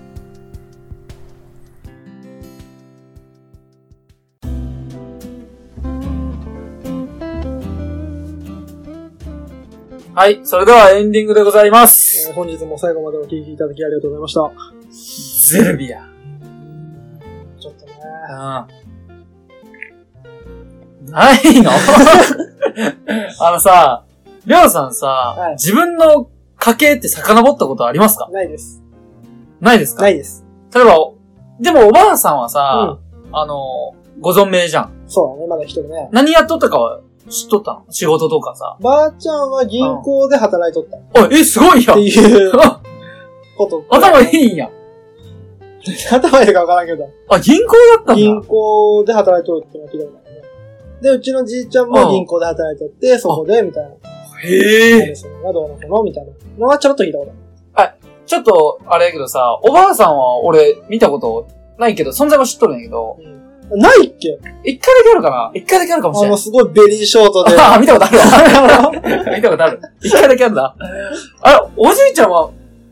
はい、それではエンディングでございます。 えー、本日も最後までお聞きいただきありがとうございました。ゼルビア。 ちょっとね。 うん。ないのあのさ、りょうさんさ、はい、自分の家系って遡ったことありますか？ ないです。 ないですか？ ないです。 例えば、でもおばあさんはさ、うん、あの、ご存命じゃん。 そうだね、まだ一人ね。 何やっとったかは知っとったの？仕事とかさ。 ばあちゃんは銀行で働いとった。 うん、え、すごいやん。 っていうこと。 頭いいんや。 頭いいかわからんけど。 あ、銀行だったんだ。 銀行で働いとるってのは聞いたことあるね。で、うちのじいちゃんも銀行で働いとって、そこで、みたいな。 へえ。 それがどうのこのみたいなのはちょろっと聞いたことある。はい。ちょっと、あれやけどさ、おばあさんは俺見たことないけど、存在は知っとるんやけど。 うん、ないっけ？ 一回だけあるかな？一回だけあるかもしれない。 あの、すごいベリーショートで。 ああ、見たことあるわ。見たことある。一回だけあるんだ。あれ、おじいちゃんは、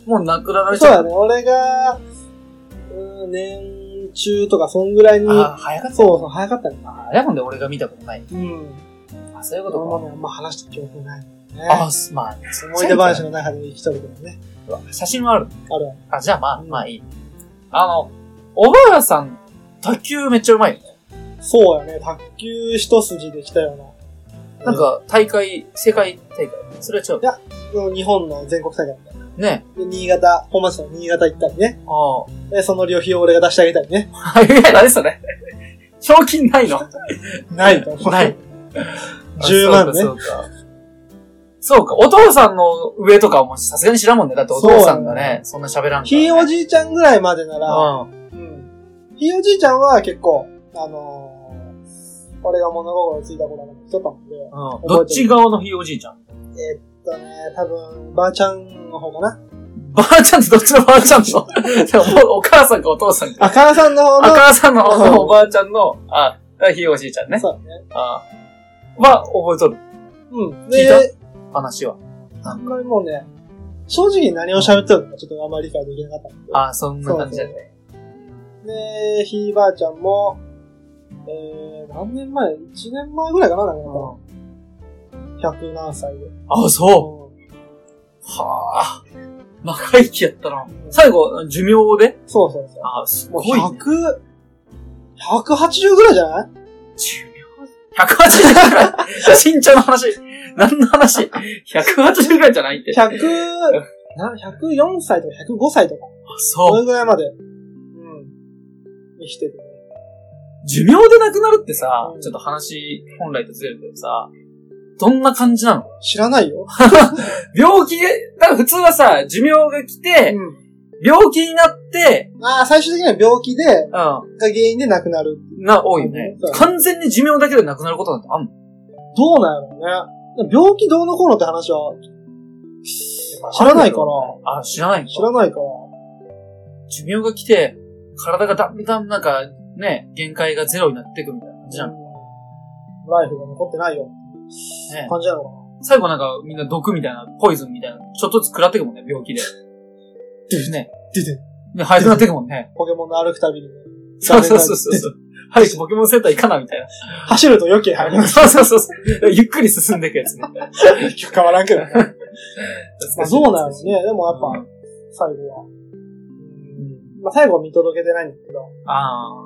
もう亡くなられちゃう。 そうだね。俺が、うん、年中とか、そんぐらいに。 あ、早かった。 そうそう、早かったね。 あ、やもんで俺が見たことない。 うん。 あ、そういうことか。 あんまね、あんま話した記憶ないもんね。 あ、まあ、 思い出話の中で生きとるけどね。 写真はある？ ある。 あ、じゃあまあ、うん、まあいい。あの、おばあさん、卓球めっちゃうまいよね。 そうやね。卓球一筋で来たような。なんか、大会、世界大会。それは違う。 いや、日本の全国大会みたいな。 ね。 で、新潟、本町の新潟行ったりね。 ああ。で、その旅費を俺が出してあげたりね。 はい、いや、何それ。賞金ないの？ ないと思う。 ない。 じゅうまんね。 そうか、そうか。そうか、お父さんの上とかはもうさすがに知らんもんね。だってお父さんがね、そんな喋らんから、ね。 ひいおじいちゃんぐらいまでなら、うん。うん。ひいおじいちゃんは結構、あのー、俺が物心ついた頃の人だもんで。 うん。どっち側のひいおじいちゃん？ えー、っとね、多分、ばあちゃんの方かな。 ばあちゃんってどっちのばあちゃんのでももうお母さんかお父さんか。 あ母さんの方の。 あ母さんの方のおばあちゃんの、あ、ひいおじいちゃんね。 そうね。 あは、覚えとる。 うん。 聞いた？話は。 あんまりもうね、正直何を喋ってるのかちょっとあんまり理解できなかったんで。 ああ、そんな感じだね。 で、ひいばあちゃんも、えー、何年前 ?いち 年前ぐらいかな、なんか。ひゃく何歳で。 ああ、そう。うん、はあ。長生きやったな。最後、寿命で？ そうそうそう。 ああ、すごい、ね。 もうひゃく、ひゃくはちじゅうぐらいじゃない？ 寿命ひゃくはちじゅうぐらい身長の話。何の話 ?ひゃくはちじゅうぐらいじゃないって。 ひゃく、な、ひゃくよんさいとかひゃくごさいとか。 あ、そう。 それぐらいまで。うん。生きてるね。 寿命で亡くなるってさ、うん、ちょっと話、本来とずれるけどさ、どんな感じなの？ 知らないよ。 病気で、だから普通はさ、寿命が来て、うん、病気になって、 ああ、最終的には病気で、うん。が原因で亡くなる。 な、多いよね。うん、完全に寿命だけで亡くなることなんてあんの？ どうなんやろうね。病気どうのこうのって話は、知らないから。 あ、知らないんか。 知らないから。 寿命が来て、体がだんだんなんか、ね、限界がゼロになっていくみたいな感じじゃん。 ライフが残ってないよ。ね。感じなのかな。 最後なんかみんな毒みたいな、ポイズンみたいな、ちょっとずつ食らっていくもんね、病気で。でね。 でで。 ね、早くなっていくもんね。 ポケモンの歩くたびに。 そうそうそうそう。早くポケモンセンター行かな、みたいな。 走ると余計入ります。 そうそうそう。ゆっくり進んでいくやつね。 変わらんけどね。まあそうなのね。でもやっぱ、最後は。まあ最後は見届けてないんだけど。ああ。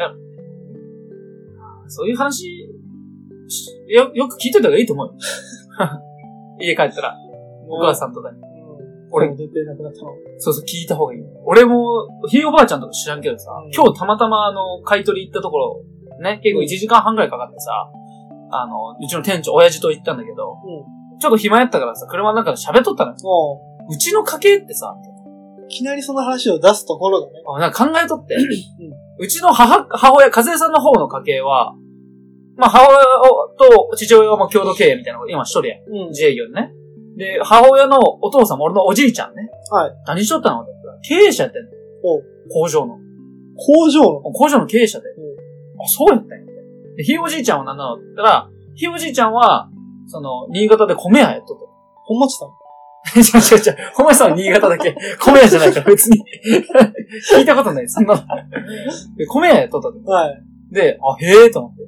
そういう話、よ、よく聞いといた方がいいと思うよ。家帰ったら。お母さんとかに。 俺も出てなくなったの。 そうそう、聞いた方がいい。俺も、ひいおばあちゃんとか知らんけどさ、うん、今日たまたまあの、買い取り行ったところ、ね、結構いちじかんはんぐらいかかってさ、あの、うちの店長、親父と行ったんだけど、うん、ちょっと暇やったからさ、車の中で喋っとったのよ。うちの家系ってさ、 いきなりその話を出すところだね。 あ、なんか考えとって、うん、うちの母、母親、和江さんの方の家系は、まあ、母親と父親はもう共同経営みたいなのが今一人や、うん、自営業でね。で、母親のお父さんも俺のおじいちゃんね。はい。何しとったのって言ったら、経営者やってんの。お工場の。 工場の工場の経営者で。あ、そうやったんや。で、ひいおじいちゃんは何なのって言ったら、ひいおじいちゃんは、その、新潟で米屋やっとった。 本町さん違う違う違う。本町さんは新潟だけ。米屋じゃないから別に。聞いたことない。そんなの。で、米屋やっとった。はい。で、あ、へえーと思って。うん、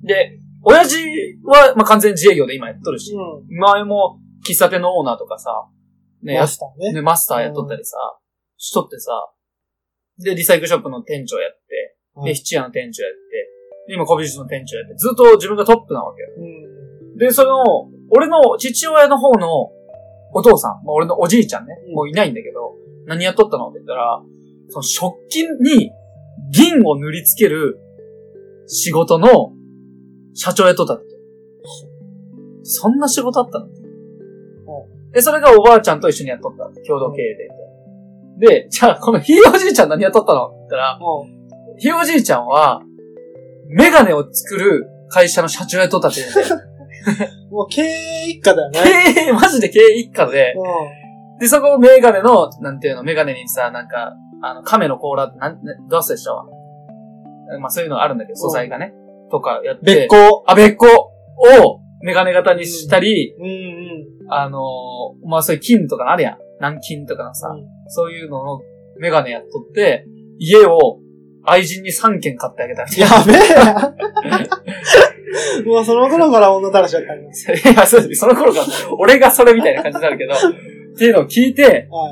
で、親父は、まあ、完全に自営業で今やっとるし、うん、前も、喫茶店のオーナーとかさ、 ね、マスターね。 ね、マスターやっとったりさ、うん、しとってさ、で、リサイクルショップの店長やって、うん、で、七夜の店長やって、で、今、古美術の店長やって、ずっと自分がトップなわけよ。うん、で、その、俺の父親の方のお父さん、まあ、俺のおじいちゃんね、うん、もういないんだけど、何やっとったのって言ったら、その食器に銀を塗りつける仕事の社長やっとったって。そんな仕事あったの？で、それがおばあちゃんと一緒にやっとった。共同経営で。で、じゃあ、このひいおじいちゃん何やっとったのって言ったら、ひいおじいちゃんは、メガネを作る会社の社長やっとったって言うんだよ。 もう経営一家だよね。 経営、マジで経営一家で、で、そこメガネの、なんていうの、メガネにさ、なんか、あの、亀の甲羅って、なん、どうせでしたわ。まあそういうのがあるんだけど、素材がね。とかやって。 べっこ。 あ、べっこをメガネ型にしたり、うんうんうん、あのー、まあそういう金とかあるやん。 南京とかのさ、うん、そういうののメガネやっとって、家を愛人にさんけん買ってあげたみたいな。 やべえもうその頃から女たらしだったんだ。 いや、そうです。その頃から、俺がそれみたいな感じになるけど、っていうのを聞いて、はい、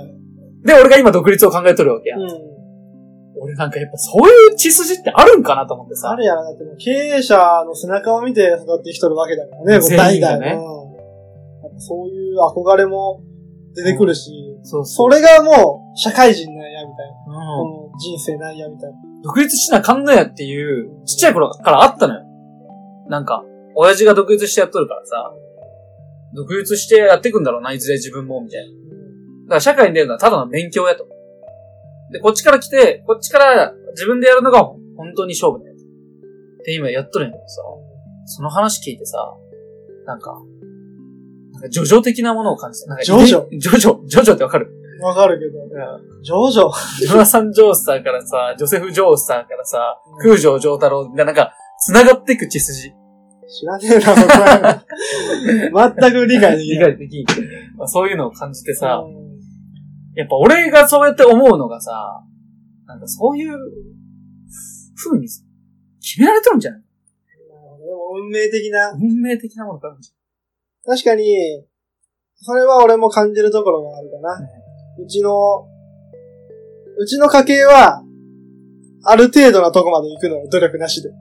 で、俺が今独立を考えとるわけや。うん、俺なんかやっぱそういう血筋ってあるんかなと思ってさ。 あるやろ。だってもう経営者の背中を見て育ってきとるわけだからね、もう代々ね。うん、そういう憧れも出てくるし、うん、そうそうそれがもう社会人なんやみたいな。うん、人生なんやみたいな。 独立しなあかんのやっていう、ちっちゃい頃からあったのよ。なんか、親父が独立してやっとるからさ、独立してやっていくんだろうな、いずれ自分も、みたいな。だから社会に出るのはただの勉強やと。で、こっちから来て、こっちから自分でやるのが本当に勝負だよ。って今やっとるんやけどさ、その話聞いてさ、なんか、なんかジョジョ的なものを感じた。なんかジョジョジョジョジョジョってわかる？ わかるけど。ジョジョジョナサン・ジョースターからさ、ジョセフ・ジョースターからさ、うん、空城城太郎がなんか、繋がっていく血筋。 知らねえな、そこは。全く理解できない。 理解できない。まあ、そういうのを感じてさ、うん、やっぱ俺がそうやって思うのがさ、なんかそういう風に決められとるんじゃない？でも運命的な。 運命的なものがあるんじゃん。確かに、それは俺も感じるところもあるかな。うん、うちの、うちの家系は、ある程度なとこまで行くのよ、努力なしで。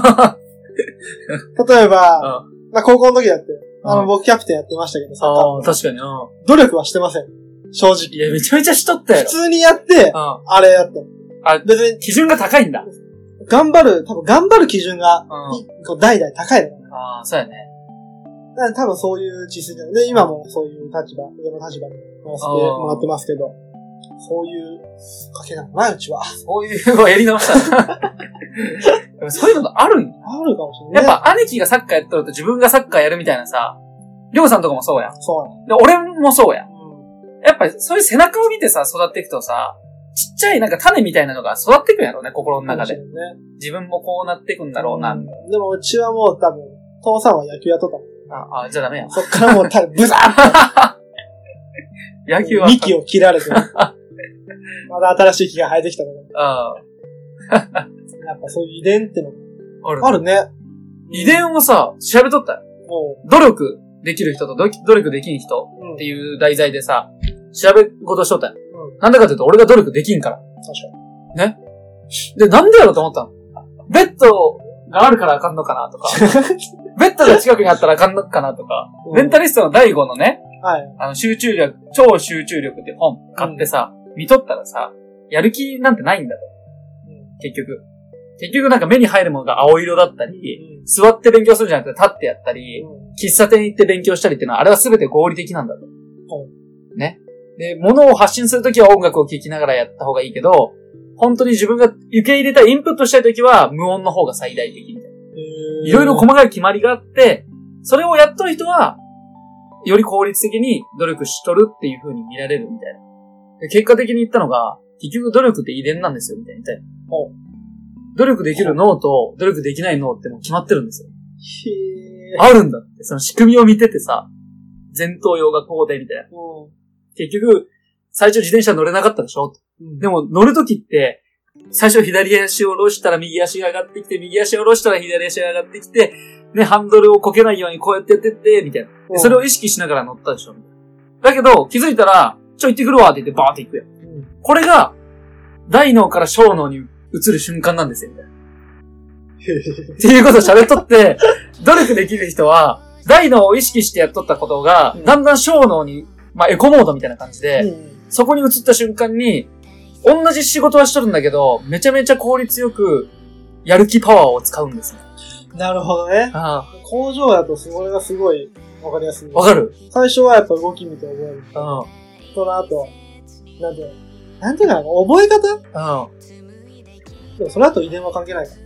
例えば、うん、まあ高校の時だって、あの、僕キャプテンやってましたけど、サッカーああ、確かに、うん。 努力はしてません。正直。 いや、めちゃめちゃしとったよ。 普通にやって、うん、あれやった。 あ、別に基準が高いんだ。 頑張る、多分頑張る基準が、うん、代々高いのかな。 ああ、そうやね。 だから多分そういう血筋で、今もそういう立場、上の立場に回してもらってますけど、そういう家系なのな、うちは。 そういうのをやり直したそういうのあるんや。 あるかもしれない。 やっぱ兄貴がサッカーやっとると自分がサッカーやるみたいなさ、りょうさんとかもそうや。 そうや。で、俺もそうや。うん、やっぱりそういう背中を見てさ、育っていくとさ、ちっちゃいなんか種みたいなのが育っていくんやろうね、心の中で。ね、自分もこうなっていくんだろうな。うん、 でもうちはもう多分、父さんは野球やっとったもん。 あ、あ、じゃあダメや。 そっからもう多分、ブザーって野球は。 幹を切られて。まだ新しい木が生えてきたのが。ああ。やっぱそういう遺伝ってのある。あるね。 遺伝をさ、調べとったよ。努力できる人と努力できん人っていう題材でさ、調べ事しとったよ。うん、なんだかというと俺が努力できんから。確かに。ね。で、なんでやろうと思ったの？ベッドがあるからあかんのかなとか、ベッドが近くにあったらあかんのかなとか、うん、メンタリストの第五のね、はい、あの集中力、超集中力って本買ってさ、うん、見とったらさ、やる気なんてないんだと。うん、結局。結局なんか目に入るものが青色だったり、うん、座って勉強するんじゃなくて立ってやったり、うん、喫茶店行って勉強したりっていうのはあれは全て合理的なんだと。うん、ね。で、物を発信するときは音楽を聴きながらやった方がいいけど、本当に自分が受け入れたいインプットしたいときは無音の方が最大的みたいな。いろいろ細かい決まりがあって、それをやっとる人は、より効率的に努力しとるっていう風に見られるみたいな。で結果的に言ったのが、結局努力って遺伝なんですよみたいな言ったよ。努力できる脳と努力できない脳ってもう決まってるんですよ。へー。あるんだって。その仕組みを見ててさ、前頭葉がこうでみたいな。結局、最初自転車乗れなかったでしょ、うん、でも乗るときって、最初左足を下ろしたら右足が上がってきて、右足を下ろしたら左足が上がってきて、ね、ハンドルをこけないようにこうやってやってって、みたいな。でそれを意識しながら乗ったでしょ。だけど、気づいたら、ちょ、行ってくるわって言ってバーって行くやん。うん、これが、大脳から小脳に移る瞬間なんですよ、みたいな。っていうことを喋っとって、努力できる人は、大脳を意識してやっとったことが、うん、だんだん小脳に、まあ、エコモードみたいな感じで、うん、そこに移った瞬間に、同じ仕事はしとるんだけど、めちゃめちゃ効率よく、やる気パワーを使うんですね。 なるほどね。ああ工場だとそれがすごいわかりやすい。 わかる？ 最初はやっぱ動き見て覚える。ああその後、なんていうのなんていうかな覚え方？ああでもその後遺伝は関係ないから。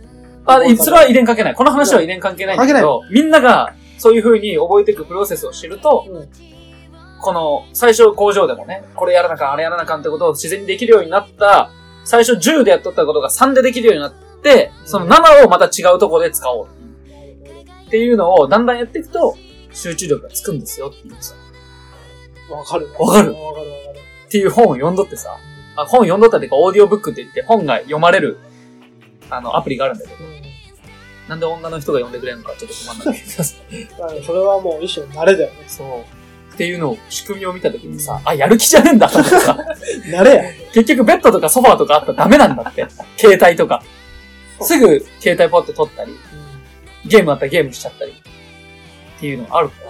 あ、それは遺伝関係ない。この話は遺伝関係ないんだけど、みんながそういう風に覚えていくプロセスを知ると、うん、この、最初工場でもね、これやらなかん、あれやらなかんってことを自然にできるようになった、最初じゅうでやっとったことがさんでできるようになって、そのななをまた違うところで使おう。っていうのをだんだんやっていくと、集中力がつくんですよっていうさ。 わかる。 わかる。 わかるわかる。 っていう本を読んどってさ、あ本を読んどったっていうか、オーディオブックって言って本が読まれる、あの、アプリがあるんだけど、うん、なんで女の人が読んでくれるのかちょっと困んないけどさ。 それはもう一種の慣れだよね。 そう。っていうのを、仕組みを見たときにさ、うん、あ、やる気じゃねえんだと思ってさ。 慣れや。 結局ベッドとかソファーとかあったらダメなんだって。携帯とか。すぐ携帯ポッて取ったり、うん、ゲームあったらゲームしちゃったり。っていうのがあるから。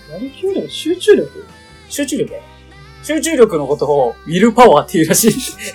やる気よりも集中力集中力だよ。集中力のことをウィルパワーっていうらしい。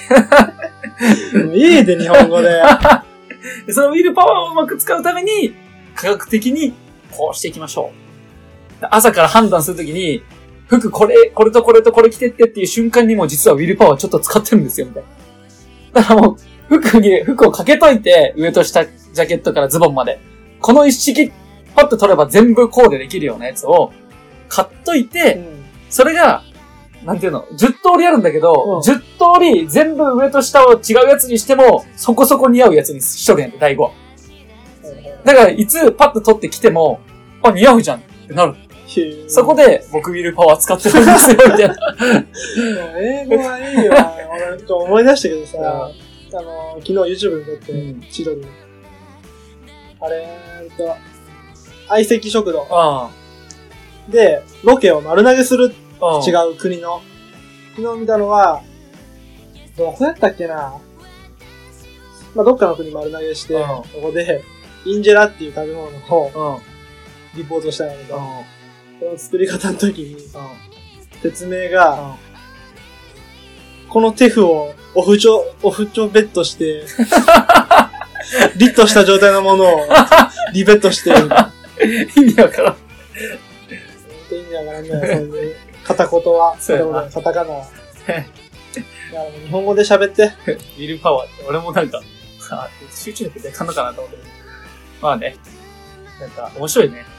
いいで、日本語で。 そのウィルパワーをうまく使うために、科学的にこうしていきましょう。朝から判断するときに、服これ、これとこれとこれ着てってっていう瞬間にも実はウィルパワーちょっと使ってるんですよ、みたいな。だからもう、服に、服をかけといて、上と下、ジャケットからズボンまで。この一式、パッと取れば全部コーデできるようなやつを、買っといて、うん、それが、なんていうの、じゅっとおりあるんだけど、うん、じゅっとおり全部上と下を違うやつにしても、そこそこ似合うやつにしとるやん、第五は。だから、いつパッと取ってきても、あ、似合うじゃんってなる。そこで、僕ウィルパワー使ってるんですよ、みたいな。 英語はいいよ。俺、ちょっと思い出したけどさ、あの、昨日 YouTube に撮って、うん、千鳥に。あれ、えっと、相席食堂。ああで、ロケを丸投げする。違う国の。昨日見たのは、どこやったっけな。まあ、どっかの国丸投げして、ここで、インジェラっていう食べ物を、リポートしたんだけど、この作り方の時に、説明が、このテフをオフチョ、オフチョベットして、リットした状態のものをリベットして、 意味わからん。 意味わからんね、そういう片言は。そうやな。カタカナは。いや、日本語で喋って。 ウィルパワーって、俺もなんか、集中力でかんのかなと思って。まあね。なんか、面白いね。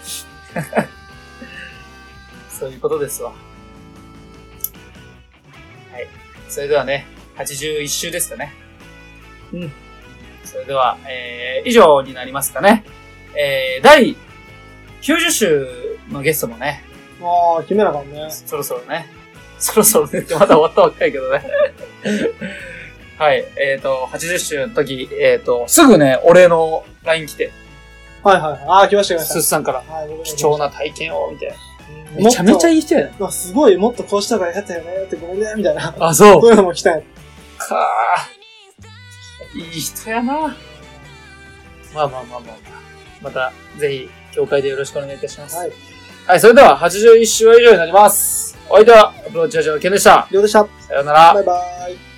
そういうことですわ。はい。それではね、はちじゅういっ週ですかね。うん。それでは、えー、以上になりますかね。えー、だいきゅうじゅっ週のゲストもね。 ああ、決めなあかんね。 そろそろね。そろそろねってまだ終わったばっかりけどね。はい。えっ、ー、と、はちじゅっ週の時、えっ、ー、と、すぐね、お礼の ライン 来て。 はいはい。ああ、来ました来ました。 スースさんから。はい、貴重な体験を、みたいな。めちゃめちゃいい人やね。 すごい、もっとこうした方がよかったよね、ってごめんね、みたいな。 あ、そう。 そういうのも来たよ。 かー。いい人やな。まあまあまあまあまあ。また、ぜひ、協会でよろしくお願いいたします。はい。はい、それでは、はちじゅういっ週は以上になります。お相手は、アプローチラジオのケンでした。 りょうでした。 さようなら。 バイバーイ。